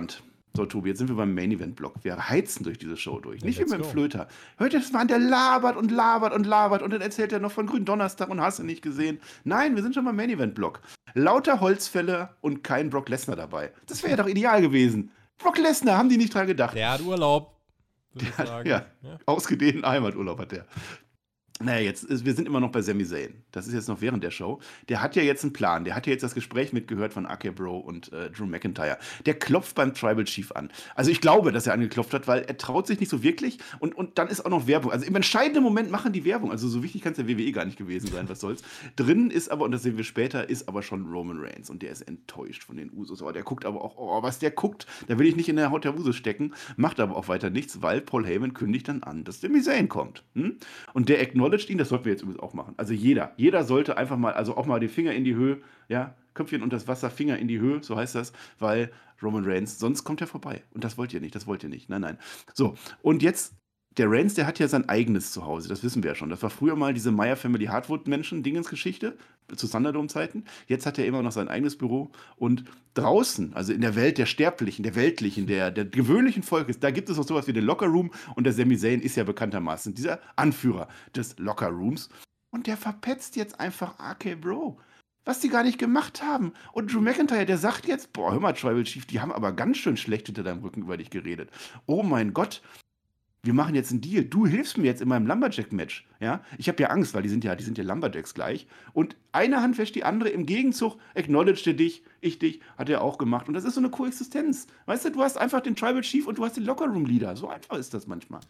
Speaker 2: So, Tobi, jetzt sind wir beim Main-Event-Block. Wir heizen durch diese Show durch. Nicht wie
Speaker 1: Let's
Speaker 2: mit dem
Speaker 1: go.
Speaker 2: Flöter. Heute ist man, der labert und labert und labert und dann erzählt er noch von Gründonnerstag und hast du nicht gesehen. Nein, wir sind schon beim Main-Event-Block. Lauter Holzfälle und kein Brock Lesnar dabei. Das wäre ja doch ideal gewesen. Brock Lesnar, haben die nicht dran gedacht.
Speaker 1: Der hat Urlaub, würde ich
Speaker 2: Der hat,
Speaker 1: sagen.
Speaker 2: ja, ausgedehnten Heimaturlaub hat der. Naja, wir sind immer noch bei Sami Zayn. Das ist jetzt noch während der Show. Der hat ja jetzt einen Plan. Der hat ja jetzt das Gespräch mitgehört von RK Bro und Drew McIntyre. Der klopft beim Tribal Chief an. Also ich glaube, dass er angeklopft hat, weil er traut sich nicht so wirklich. Und dann ist auch noch Werbung. Also im entscheidenden Moment machen die Werbung. Also so wichtig kann es der WWE gar nicht gewesen sein, was soll's. Drin ist aber, und das sehen wir später, ist aber schon Roman Reigns. Und der ist enttäuscht von den Usos. Aber der guckt aber auch, oh, was der guckt, da will ich nicht in der Haut der Usos stecken. Macht aber auch weiter nichts, weil Paul Heyman kündigt dann an, dass Sami Zayn kommt. Und der acknowledged ihn, das sollten wir jetzt übrigens auch machen. Also jeder sollte einfach mal, also auch mal den Finger in die Höhe, ja, Köpfchen unter das Wasser, Finger in die Höhe, so heißt das, weil Roman Reigns, sonst kommt er vorbei. Und das wollt ihr nicht. Nein. So, und jetzt, der Reigns, der hat ja sein eigenes Zuhause, das wissen wir ja schon. Das war früher mal diese Meyer Family Hardwood-Menschen-Dingens-Geschichte, zu Thunderdome-Zeiten. Jetzt hat er immer noch sein eigenes Büro. Und draußen, also in der Welt der Sterblichen, der Weltlichen, der gewöhnlichen Volkes, da gibt es noch sowas wie den Locker-Room. Und der Sami Zayn ist ja bekanntermaßen dieser Anführer des Locker-Rooms. Und der verpetzt jetzt einfach RK Bro. Was die gar nicht gemacht haben. Und Drew McIntyre, der sagt jetzt, boah, hör mal, Tribal Chief, die haben aber ganz schön schlecht hinter deinem Rücken über dich geredet. Oh mein Gott, wir machen jetzt einen Deal. Du hilfst mir jetzt in meinem Lumberjack-Match. Ja? Ich habe ja Angst, weil die sind ja Lumberjacks gleich. Und eine Hand wäscht die andere. Im Gegenzug acknowledgte dich, ich dich, hat er auch gemacht. Und das ist so eine Koexistenz. Weißt du, du hast einfach den Tribal Chief und du hast den Lockerroom-Leader. So einfach ist das manchmal.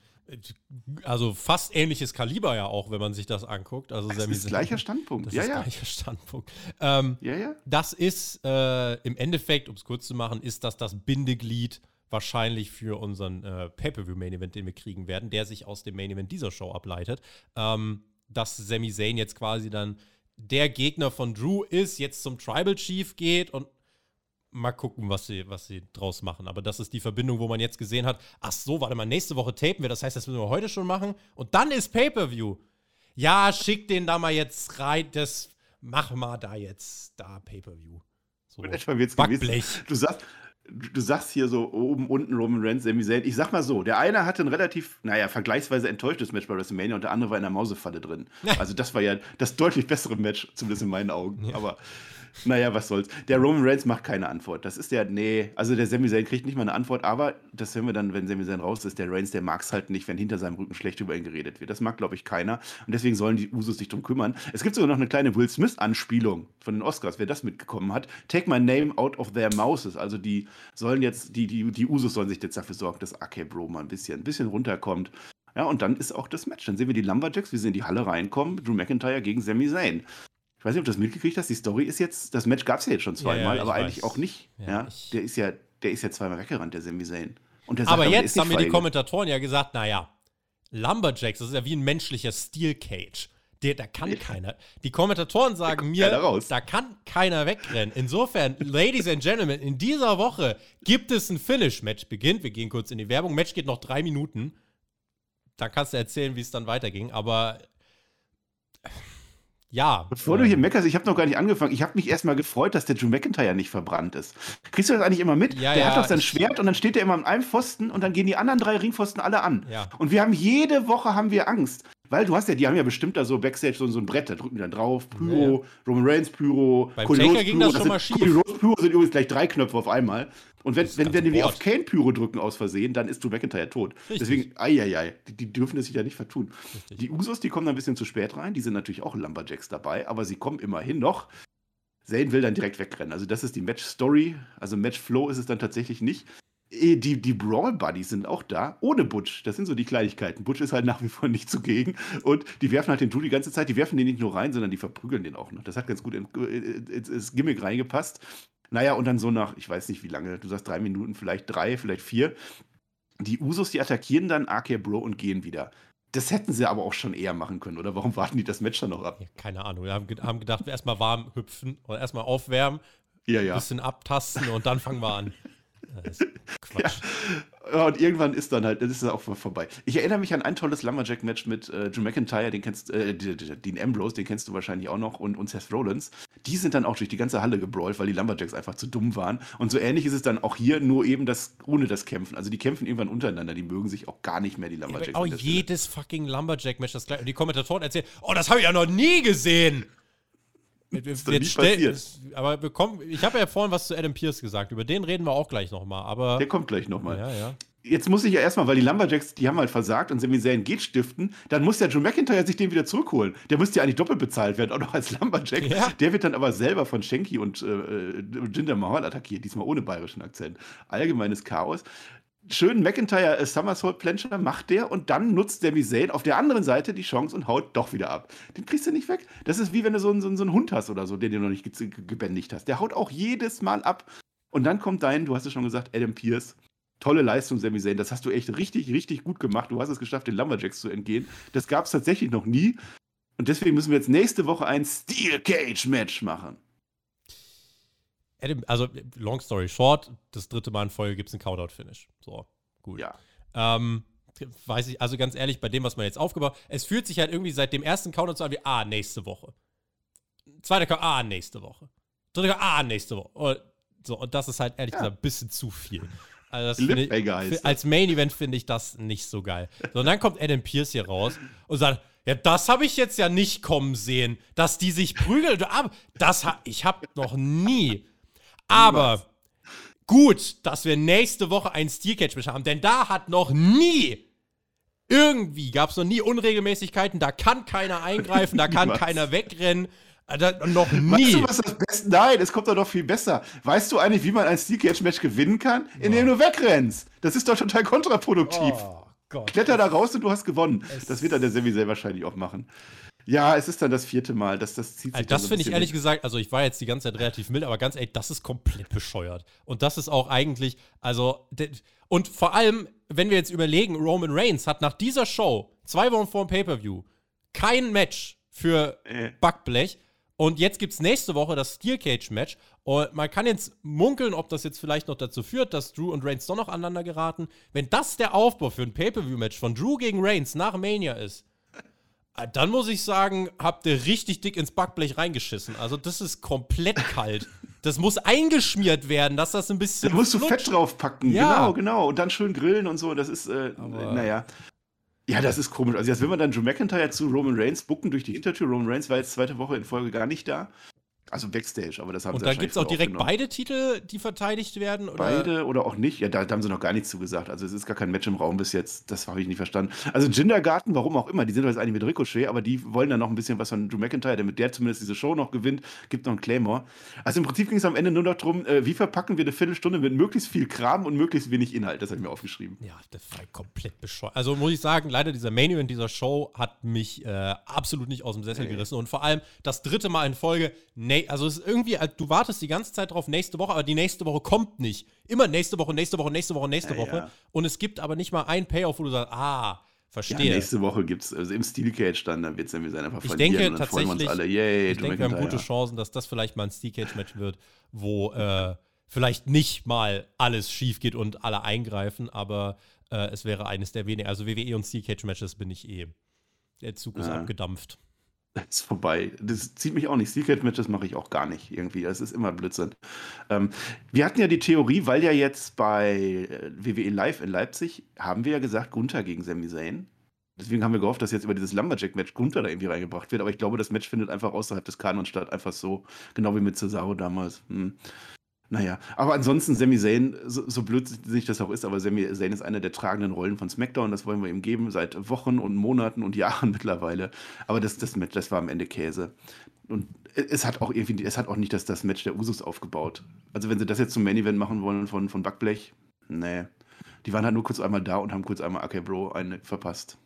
Speaker 1: Also fast ähnliches Kaliber ja auch, wenn man sich das anguckt. Also
Speaker 2: das ist gleicher Standpunkt.
Speaker 1: Das
Speaker 2: ja,
Speaker 1: ist
Speaker 2: ja.
Speaker 1: gleicher Standpunkt.
Speaker 2: Ja.
Speaker 1: Das ist im Endeffekt, um es kurz zu machen, ist das Bindeglied wahrscheinlich für unseren Pay-Per-View-Main-Event, den wir kriegen werden, der sich aus dem Main-Event dieser Show ableitet. Dass Sami Zayn jetzt quasi dann der Gegner von Drew ist, jetzt zum Tribal Chief geht und mal gucken, was sie draus machen. Aber das ist die Verbindung, wo man jetzt gesehen hat, ach so, warte mal, nächste Woche tapen wir, das heißt, das müssen wir heute schon machen. Und dann ist Pay-Per-View. Ja, schick den da mal jetzt rein, das mach mal da jetzt, da Pay-Per-View. So,
Speaker 2: und etwa wird's
Speaker 1: Backblech.
Speaker 2: Du sagst hier so oben, unten Roman Reigns, Sami Zayn. Ich sag mal so, der eine hatte ein relativ, vergleichsweise enttäuschtes Match bei WrestleMania und der andere war in der Mausefalle drin. Also das war ja das deutlich bessere Match, zumindest in meinen Augen. Ja. Aber was soll's. Der Roman Reigns macht keine Antwort. Das ist also der Sami Zayn kriegt nicht mal eine Antwort, aber das hören wir dann, wenn Sami Zayn raus ist. Der Reigns, der mag's halt nicht, wenn hinter seinem Rücken schlecht über ihn geredet wird. Das mag, glaube ich, keiner. Und deswegen sollen die Usos sich drum kümmern. Es gibt sogar noch eine kleine Will Smith-Anspielung von den Oscars, wer das mitgekommen hat. Take my name out of their mouths. Also die sollen jetzt, die Usos sollen sich jetzt dafür sorgen, dass RK Bro mal ein bisschen runterkommt. Ja, und dann ist auch das Match. Dann sehen wir die Lumberjacks, wie sie in die Halle reinkommen. Drew McIntyre gegen Sami Zayn. Ich weiß nicht, ob du das mitgekriegt hast. Die Story ist jetzt, das Match gab es ja jetzt schon zweimal, aber eigentlich auch nicht. Ja, der ist ja zweimal weggerannt, der Sami Zayn. Und der sagt,
Speaker 1: aber jetzt haben mir die Kommentatoren ja gesagt, naja, Lumberjacks, das ist ja wie ein menschlicher Steel Cage. Da kann keiner. Die Kommentatoren sagen mir, da kann keiner wegrennen. Insofern, Ladies and Gentlemen, in dieser Woche gibt es ein Finish. Match beginnt, wir gehen kurz in die Werbung. Match geht noch 3 Minuten. Da kannst du erzählen, wie es dann weiterging. Aber ja.
Speaker 2: Bevor du hier meckerst, ich habe noch gar nicht angefangen. Ich habe mich erstmal gefreut, dass der Drew McIntyre nicht verbrannt ist. Kriegst du das eigentlich immer mit?
Speaker 1: Ja,
Speaker 2: der hat doch sein Schwert und dann steht er immer an einem Pfosten und dann gehen die anderen 3 Ringpfosten alle an.
Speaker 1: Ja.
Speaker 2: Und jede Woche haben wir Angst. Weil die haben ja bestimmt da so Backstage so ein Brett, da drücken die dann drauf, Pyro, Roman Reigns Pyro,
Speaker 1: beim Taker ging das schon mal schief.
Speaker 2: Cody Rhodes Pyro sind übrigens gleich 3 Knöpfe auf einmal. Und wenn die auf Kane Pyro drücken aus Versehen, dann ist Drew McIntyre tot. Richtig. Deswegen, die dürfen das sich ja nicht vertun. Richtig. Die Usos, die kommen dann ein bisschen zu spät rein, die sind natürlich auch Lumberjacks dabei, aber sie kommen immerhin noch. Zayn will dann direkt wegrennen. Also das ist die Match-Story, also Match-Flow ist es dann tatsächlich nicht. Die Brawl-Buddies sind auch da, ohne Butch. Das sind so die Kleinigkeiten. Butch ist halt nach wie vor nicht zugegen. Und die werfen halt den Drew die ganze Zeit. Die werfen den nicht nur rein, sondern die verprügeln den auch noch. Das hat ganz gut ins Gimmick reingepasst. Naja, und dann so nach, ich weiß nicht wie lange, du sagst 3 Minuten, vielleicht 3, vielleicht 4. Die Usos, die attackieren dann RK Bro und gehen wieder. Das hätten sie aber auch schon eher machen können, oder? Warum warten die das Match dann noch ab?
Speaker 1: Ja, keine Ahnung. Wir haben gedacht, wir erstmal warm hüpfen oder erstmal aufwärmen,
Speaker 2: ein
Speaker 1: bisschen abtasten und dann fangen wir an. Das ist Quatsch.
Speaker 2: Ja, und irgendwann ist dann halt, das ist auch vorbei. Ich erinnere mich an ein tolles Lumberjack-Match mit Drew McIntyre, Dean Ambrose, den kennst du wahrscheinlich auch noch, und Seth Rollins. die sind dann auch durch die ganze Halle gebrawlt, weil die Lumberjacks einfach zu dumm waren. Und so ähnlich ist es dann auch hier, nur eben ohne das Kämpfen. Also die kämpfen irgendwann untereinander, die mögen sich auch gar nicht mehr, die Lumberjacks.
Speaker 1: Auch jedes fucking Lumberjack-Match das gleiche. Und die Kommentatoren erzählen, oh, das habe ich ja noch nie gesehen. Aber ich habe ja vorhin was zu Adam Pearce gesagt, über den reden wir auch gleich nochmal. Aber
Speaker 2: der kommt gleich nochmal.
Speaker 1: Ja.
Speaker 2: Jetzt muss ich ja erstmal, weil die Lumberjacks, die haben halt versagt und Sami Zayn geht stiften, dann muss der Drew McIntyre sich den wieder zurückholen. Der müsste ja eigentlich doppelt bezahlt werden, auch noch als Lumberjack. Ja. Der wird dann aber selber von Shanky und Jinder Mahal attackiert, diesmal ohne bayerischen Akzent. Allgemeines Chaos. Schön McIntyre Somersault Plancher macht der und dann nutzt Sami Zayn auf der anderen Seite die Chance und haut doch wieder ab. Den kriegst du nicht weg. Das ist wie wenn du so einen Hund hast oder so, den du noch nicht gebändigt hast. Der haut auch jedes Mal ab. Und dann kommt du hast es schon gesagt, Adam Pearce. Tolle Leistung, Sami Zayn. Das hast du echt richtig, richtig gut gemacht. Du hast es geschafft, den Lumberjacks zu entgehen. Das gab es tatsächlich noch nie. Und deswegen müssen wir jetzt nächste Woche ein Steel Cage Match machen.
Speaker 1: Also, long story short, das 3. Mal in Folge gibt es einen Countout-Finish. So, gut.
Speaker 2: Ja.
Speaker 1: Weiß ich, also ganz ehrlich, bei dem, was man jetzt aufgebaut hat, es fühlt sich halt irgendwie seit dem ersten Countout so an wie, nächste Woche. Zweiter Countout, nächste Woche. Dritter Countout, nächste Woche. Und das ist halt ehrlich gesagt ein bisschen zu viel. Also als Main-Event finde ich das nicht so geil. So, und dann kommt Adam Pearce hier raus und sagt, ja, das habe ich jetzt ja nicht kommen sehen, dass die sich prügeln. Ich habe noch nie. Aber gut, dass wir nächste Woche ein Steel Cage Match haben, denn da hat noch nie gab es noch nie Unregelmäßigkeiten, da kann keiner eingreifen, da kann keiner wegrennen. Noch nie.
Speaker 2: Weißt du, was das Beste? Nein, es kommt doch noch viel besser. Weißt du eigentlich, wie man ein Steel Cage Match gewinnen kann? Indem du wegrennst. Das ist doch total kontraproduktiv. Oh Gott. Kletter da raus und du hast gewonnen. Das wird dann der Sami Zayn wahrscheinlich auch machen. Ja, es ist dann das 4. Mal. Das zieht sich
Speaker 1: das finde ich ehrlich gesagt, also ich war jetzt die ganze Zeit relativ mild, aber ganz ehrlich, das ist komplett bescheuert. Und das ist auch eigentlich, und vor allem, wenn wir jetzt überlegen, Roman Reigns hat nach dieser Show 2 Wochen vor dem Pay-Per-View kein Match für Backblech. Und jetzt gibt es nächste Woche das Steel Cage Match. Und man kann jetzt munkeln, ob das jetzt vielleicht noch dazu führt, dass Drew und Reigns doch noch aneinander geraten. Wenn das der Aufbau für ein Pay-Per-View-Match von Drew gegen Reigns nach Mania ist, dann muss ich sagen, habt ihr richtig dick ins Backblech reingeschissen. Also das ist komplett kalt. Das muss eingeschmiert werden, dass das ein bisschen
Speaker 2: da musst du Fett draufpacken. Ja. Genau. Und dann schön grillen und so. Das ist, naja. Ja, das ist komisch. Also jetzt will man dann Drew McIntyre zu Roman Reigns bucken durch die Hintertür. Roman Reigns war jetzt 2. Woche in Folge gar nicht da. Also Backstage, aber das haben sie
Speaker 1: Und da gibt es auch direkt beide Titel, die verteidigt werden? Oder?
Speaker 2: Beide oder auch nicht? Ja, da haben sie noch gar nichts zugesagt. Also es ist gar kein Match im Raum bis jetzt. Das habe ich nicht verstanden. Also Jindergarten, warum auch immer, die sind jetzt eigentlich mit Ricochet, aber die wollen dann noch ein bisschen was von Drew McIntyre, damit der zumindest diese Show noch gewinnt, gibt noch einen Claymore. Also im Prinzip ging es am Ende nur noch darum, wie verpacken wir eine Viertelstunde mit möglichst viel Kram und möglichst wenig Inhalt. Das habe ich mir aufgeschrieben.
Speaker 1: Ja, das war komplett bescheuert. Also muss ich sagen, leider dieser Main Event dieser Show hat mich absolut nicht aus dem Sessel gerissen. Und vor allem das 3. Mal in Folge, also es ist irgendwie, du wartest die ganze Zeit drauf, nächste Woche, aber die nächste Woche kommt nicht. Immer nächste Woche.
Speaker 2: Ja.
Speaker 1: Und es gibt aber nicht mal einen Payoff, wo du sagst, verstehe.
Speaker 2: Ja, nächste Woche gibt es, also im Steel Cage dann wird es dann einfach
Speaker 1: verlieren. Ich denke tatsächlich, wir haben gute Chancen, dass das vielleicht mal ein Steel Cage Match wird, wo vielleicht nicht mal alles schief geht und alle eingreifen, aber es wäre eines der wenigen. Also WWE und Steel Cage Matches bin ich der Zug ist abgedampft.
Speaker 2: Ist vorbei. Das zieht mich auch nicht. Steel Cage Matches mache ich auch gar nicht irgendwie. Das ist immer Blödsinn. Wir hatten ja die Theorie, weil ja jetzt bei WWE Live in Leipzig haben wir ja gesagt, Gunther gegen Sami Zayn. Deswegen haben wir gehofft, dass jetzt über dieses Lumberjack-Match Gunther da irgendwie reingebracht wird. Aber ich glaube, das Match findet einfach außerhalb des Kanons statt. Einfach so, genau wie mit Cesaro damals. Naja, aber ansonsten Sami Zayn, so blöd sich das auch ist, aber Sami Zayn ist eine der tragenden Rollen von SmackDown, das wollen wir ihm geben, seit Wochen und Monaten und Jahren mittlerweile. Aber das Match, das war am Ende Käse. Und es hat auch nicht das Match der Usos aufgebaut. Also wenn sie das jetzt zum Main-Event machen wollen von Backblech, nee. Die waren halt nur kurz einmal da und haben kurz einmal Okay Bro eine verpasst.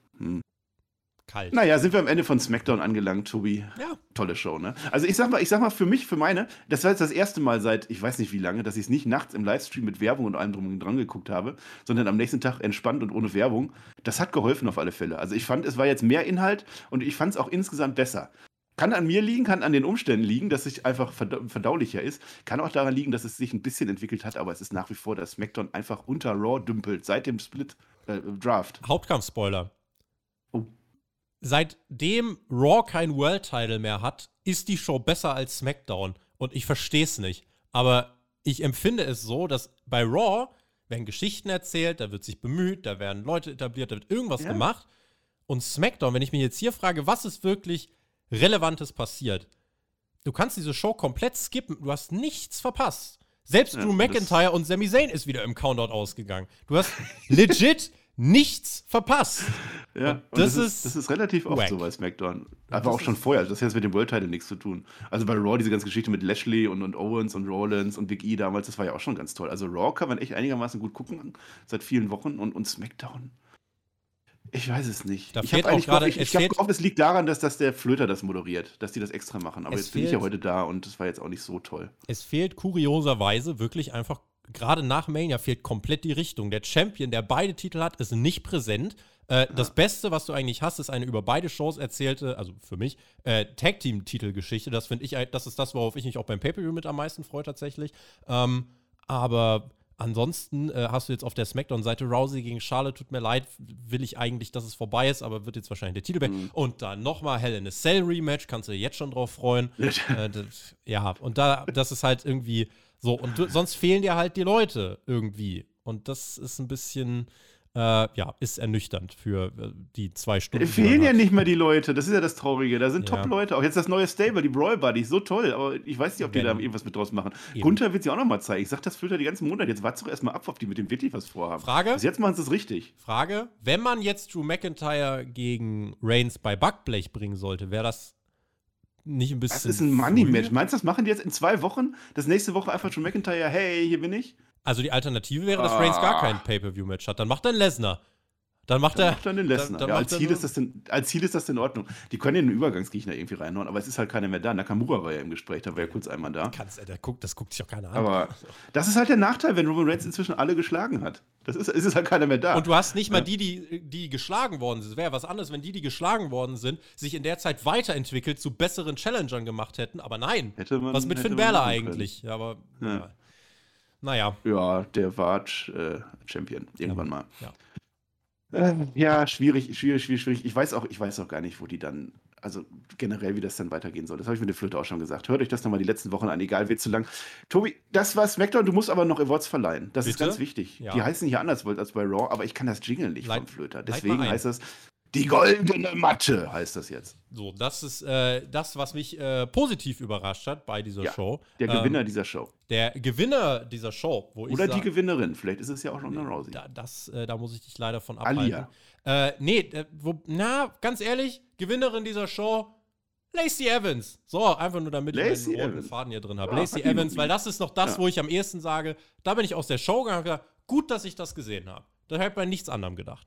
Speaker 1: Kalt.
Speaker 2: Naja, sind wir am Ende von SmackDown angelangt, Tobi.
Speaker 1: Ja.
Speaker 2: Tolle Show, ne? Also ich sag mal, das war jetzt das erste Mal seit, ich weiß nicht wie lange, dass ich es nicht nachts im Livestream mit Werbung und allem drum und dran geguckt habe, sondern am nächsten Tag entspannt und ohne Werbung. Das hat geholfen auf alle Fälle. Also ich fand, es war jetzt mehr Inhalt und ich fand es auch insgesamt besser. Kann an mir liegen, kann an den Umständen liegen, dass es einfach verdaulicher ist. Kann auch daran liegen, dass es sich ein bisschen entwickelt hat, aber es ist nach wie vor, dass SmackDown einfach unter Raw dümpelt, seit dem Split-Draft.
Speaker 1: Hauptkampf-Spoiler.
Speaker 2: Oh.
Speaker 1: seitdem Raw kein World-Title mehr hat, ist die Show besser als SmackDown. Und ich verstehe es nicht. Aber ich empfinde es so, dass bei Raw werden Geschichten erzählt, da wird sich bemüht, da werden Leute etabliert, da wird irgendwas gemacht. Und SmackDown, wenn ich mich jetzt hier frage, was ist wirklich Relevantes passiert? Du kannst diese Show komplett skippen, du hast nichts verpasst. Selbst Drew McIntyre und Sami Zayn ist wieder im Countdown ausgegangen. Du hast legit nichts verpasst.
Speaker 2: Ja, und das ist relativ oft so bei SmackDown. Aber auch schon vorher. Das hat jetzt mit dem World Title nichts zu tun. Also bei Raw, diese ganze Geschichte mit Lashley und Owens und Rollins und Big E damals, das war ja auch schon ganz toll. Also Raw kann man echt einigermaßen gut gucken, seit vielen Wochen. Und SmackDown, ich weiß es nicht.
Speaker 1: Ich habe
Speaker 2: gehofft, es liegt daran, dass der Flöter das moderiert, dass die das extra machen. Aber jetzt bin ich ja heute da und das war jetzt auch nicht so toll.
Speaker 1: Es fehlt kurioserweise wirklich einfach, gerade nach Mania fehlt komplett die Richtung. Der Champion, der beide Titel hat, ist nicht präsent. Das Beste, was du eigentlich hast, ist eine über beide Shows erzählte, also für mich, Tag-Team-Titelgeschichte. Das finde ich, das ist das, worauf ich mich auch beim Pay-Per-View mit am meisten freue tatsächlich. Aber ansonsten hast du jetzt auf der SmackDown-Seite Rousey gegen Charlotte, tut mir leid, will ich eigentlich, dass es vorbei ist, aber wird jetzt wahrscheinlich der Titel Und dann nochmal Hell in a Cell Rematch, kannst du dir jetzt schon drauf freuen. Und das ist halt irgendwie so. Und sonst fehlen dir halt die Leute irgendwie. Und das ist ein bisschen, ist ernüchternd für die 2 Stunden.
Speaker 2: Fehlen ja nicht mehr die Leute, das ist ja das Traurige. Da sind Top-Leute, auch jetzt das neue Stable, die Brawl Buddies, so toll, aber ich weiß nicht, ob die da irgendwas mit draus machen. Eben. Gunther wird sie auch noch mal zeigen. Ich sag das Flöter die ganzen Monate, jetzt wart's doch erstmal ab, ob die mit dem wirklich was vorhaben.
Speaker 1: Frage?
Speaker 2: Bis jetzt machen sie es richtig.
Speaker 1: Frage, wenn man jetzt Drew McIntyre gegen Reigns bei Backblech bringen sollte, wäre das nicht ein bisschen.
Speaker 2: Das ist ein Money-Match. Meinst du, das machen die jetzt in 2 Wochen? Das nächste Woche einfach Drew McIntyre, hey, hier bin ich?
Speaker 1: Also die Alternative wäre, dass Reigns gar kein Pay-Per-View-Match hat. Dann macht er Lesnar. Dann macht er
Speaker 2: den Lesnar. Ja, als Ziel ist das in Ordnung. Die können ja einen Übergangsgegner irgendwie reinhauen, aber es ist halt keiner mehr da. Nakamura war ja im Gespräch, da war ja kurz einmal da.
Speaker 1: Das guckt sich auch keiner an.
Speaker 2: Aber das ist halt der Nachteil, wenn Roman Reigns inzwischen alle geschlagen hat. Es ist halt keiner mehr da.
Speaker 1: Und du hast nicht mal die geschlagen worden sind. Es wäre was anderes, wenn die geschlagen worden sind, sich in der Zeit weiterentwickelt, zu besseren Challengern gemacht hätten. Aber nein. Was mit Finn Balor eigentlich? Ja, aber naja.
Speaker 2: Ja, der war Champion. Irgendwann mal.
Speaker 1: Ja.
Speaker 2: Ja, schwierig. Ich weiß auch gar nicht, wo die dann, also generell, wie das dann weitergehen soll. Das habe ich mit der Flöte auch schon gesagt. Hört euch das nochmal die letzten Wochen an, egal, wird zu lang. Tobi, das war SmackDown, du musst aber noch Awards verleihen. Das ist ganz wichtig. Ja. Die heißen hier anders als bei Raw, aber ich kann das Jingle nicht vom Flöter. Deswegen heißt das die goldene Matte, heißt das jetzt.
Speaker 1: So, das ist das, was mich positiv überrascht hat bei dieser Show.
Speaker 2: Der Gewinner dieser Show.
Speaker 1: Der Gewinner dieser Show.
Speaker 2: Oder die Gewinnerin. Vielleicht ist es ja auch noch eine Rousey.
Speaker 1: Da muss ich dich leider von abhalten. Alia. Ganz ehrlich, Gewinnerin dieser Show, Lacey Evans. So, einfach nur damit ich meinen roten Faden hier drin habe. Lacey Evans, weil das ist noch das, wo ich am ehesten sage, da bin ich aus der Show gegangen und habe gesagt, gut, dass ich das gesehen habe. Da habe ich bei nichts anderem gedacht.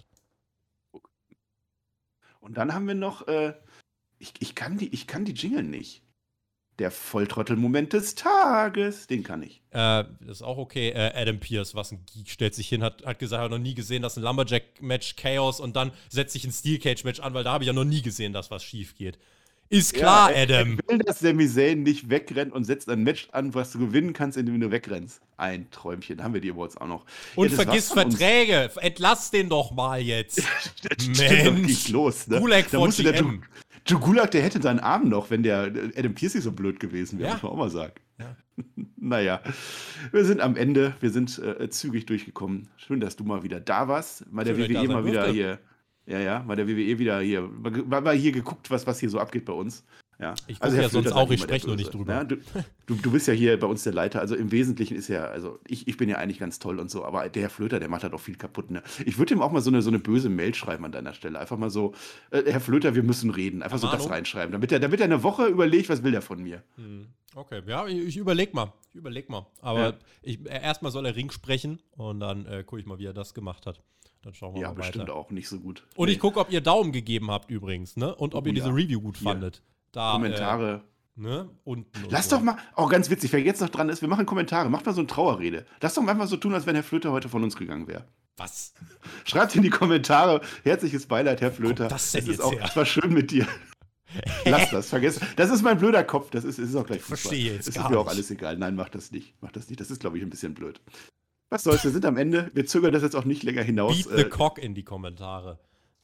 Speaker 2: Und dann haben wir noch, ich kann die Jingle nicht. Der Volltrottel-Moment des Tages, den kann ich.
Speaker 1: Das ist auch okay. Adam Pearce, was ein Geek, stellt sich hin, hat gesagt, er hat noch nie gesehen, dass ein Lumberjack-Match Chaos und dann setzt sich ein Steel Cage-Match an, weil da habe ich ja noch nie gesehen, dass was schief geht. Ist klar, Adam.
Speaker 2: Er will, dass Sami Zayn nicht wegrennt und setzt ein Match an, was du gewinnen kannst, indem du wegrennst. Ein Träumchen. Haben wir die Awards auch noch.
Speaker 1: Und vergiss Verträge. Entlass den doch mal jetzt.
Speaker 2: Mensch. Nicht los, ne?
Speaker 1: Gulak vor GM.
Speaker 2: Joe Gulak, der hätte seinen Arm noch, wenn der Adam Pearce so blöd gewesen wäre, muss man auch mal sagen.
Speaker 1: Ja.
Speaker 2: Naja, wir sind am Ende. Wir sind zügig durchgekommen. Schön, dass du mal wieder da warst. Mal der WWE mal wieder hier. Ja, mal der WWE wieder hier. Mal hier geguckt, was hier so abgeht bei uns. Ja.
Speaker 1: Ich gucke ja sonst auch, ich spreche nur nicht drüber.
Speaker 2: Ja, du bist ja hier bei uns der Leiter, also im Wesentlichen ist ja, also ich bin ja eigentlich ganz toll und so, aber der Herr Flöter, der macht halt auch viel kaputt. Ne? Ich würde ihm auch mal so eine böse Mail schreiben an deiner Stelle. Einfach mal so, Herr Flöter, wir müssen reden. Einfach so das reinschreiben, damit er eine Woche überlegt, was will der von mir.
Speaker 1: Okay, ja, ich überleg mal. Aber erstmal soll er Ring sprechen und dann gucke ich mal, wie er das gemacht hat. Dann schauen wir mal weiter. Ja,
Speaker 2: bestimmt auch nicht so gut.
Speaker 1: Und ich gucke, ob ihr Daumen gegeben habt übrigens, ne? Und ob ihr diese Review gut fandet. Da,
Speaker 2: Kommentare.
Speaker 1: Unten.
Speaker 2: Lass doch mal, ganz witzig, wer jetzt noch dran ist, wir machen Kommentare, macht mal so eine Trauerrede. Lass doch mal einfach so tun, als wenn Herr Flöter heute von uns gegangen wäre.
Speaker 1: Was?
Speaker 2: Schreibt in die Kommentare, herzliches Beileid, Herr Flöter.
Speaker 1: Das
Speaker 2: war schön mit dir. Lass das, vergiss. Das ist mein blöder Kopf, das ist auch gleich Fußball.
Speaker 1: Verstehe jetzt
Speaker 2: gar nicht. Ist mir auch alles egal. Nein, mach das nicht. Das ist, glaube ich, ein bisschen blöd. Was soll's, wir sind am Ende. Wir zögern das jetzt auch nicht länger hinaus.
Speaker 1: Beat the Cock in die Kommentare.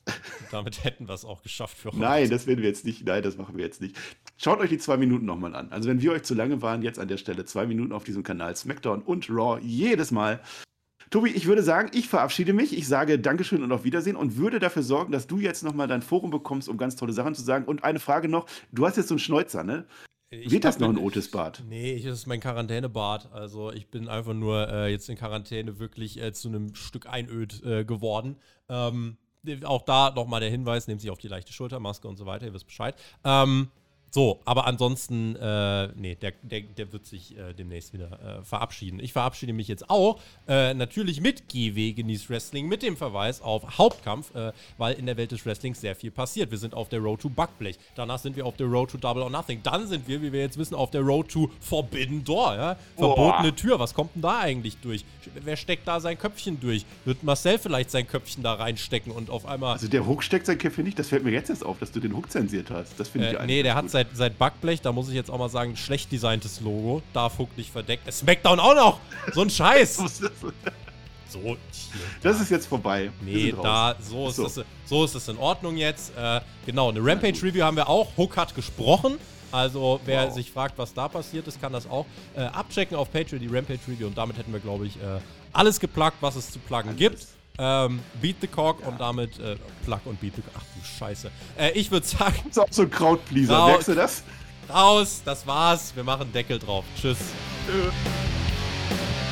Speaker 1: Damit hätten wir es auch geschafft für heute.
Speaker 2: Nein, das werden wir jetzt nicht. Nein, das machen wir jetzt nicht. Schaut euch die 2 Minuten nochmal an. Also wenn wir euch zu lange waren, jetzt an der Stelle 2 Minuten auf diesem Kanal SmackDown und Raw jedes Mal. Tobi, ich würde sagen, ich verabschiede mich. Ich sage Dankeschön und auf Wiedersehen und würde dafür sorgen, dass du jetzt nochmal dein Forum bekommst, um ganz tolle Sachen zu sagen. Und eine Frage noch. Du hast jetzt so einen Schnäuzer, ne? Wird das noch ein Otis-Bart?
Speaker 1: Nee, das ist mein Quarantänebart. Also ich bin einfach nur jetzt in Quarantäne wirklich zu einem Stück Einöd geworden. Auch da nochmal der Hinweis, nehmt sich auf die leichte Schulter, Maske und so weiter, ihr wisst Bescheid. So, aber ansonsten, nee, der wird sich demnächst wieder verabschieden. Ich verabschiede mich jetzt auch, natürlich mit GW Genießt Wrestling, mit dem Verweis auf Hauptkampf, weil in der Welt des Wrestlings sehr viel passiert. Wir sind auf der Road to Backblech, danach sind wir auf der Road to Double or Nothing, dann sind wir, wie wir jetzt wissen, auf der Road to Forbidden Door, ja? Verbotene Tür, was kommt denn da eigentlich durch? Wer steckt da sein Köpfchen durch? Wird Marcel vielleicht sein Köpfchen da reinstecken und auf einmal...
Speaker 2: Also der Hook steckt sein Köpfchen nicht, das fällt mir jetzt erst auf, dass du den Hook zensiert hast. Das finde ich eigentlich
Speaker 1: nee, der hat seit Backblech, da muss ich jetzt auch mal sagen, schlecht designtes Logo. Darf Hook nicht verdeckt. Smackdown auch noch! So ein Scheiß! So, hier.
Speaker 2: Das ist jetzt vorbei.
Speaker 1: Nee, so ist es in Ordnung jetzt. Genau, eine Rampage-Review haben wir auch. Hook hat gesprochen. Also, wer sich fragt, was da passiert ist, kann das auch abchecken auf Patreon, die Rampage-Review. Und damit hätten wir, glaube ich, alles gepluggt, was es zu pluggen gibt. Beat the Cock und damit Plug und Beat the Cock. Ach du Scheiße. Ich würde sagen...
Speaker 2: Das ist auch so ein Krautpleaser, merkst du das?
Speaker 1: Raus, das war's. Wir machen Deckel drauf. Tschüss.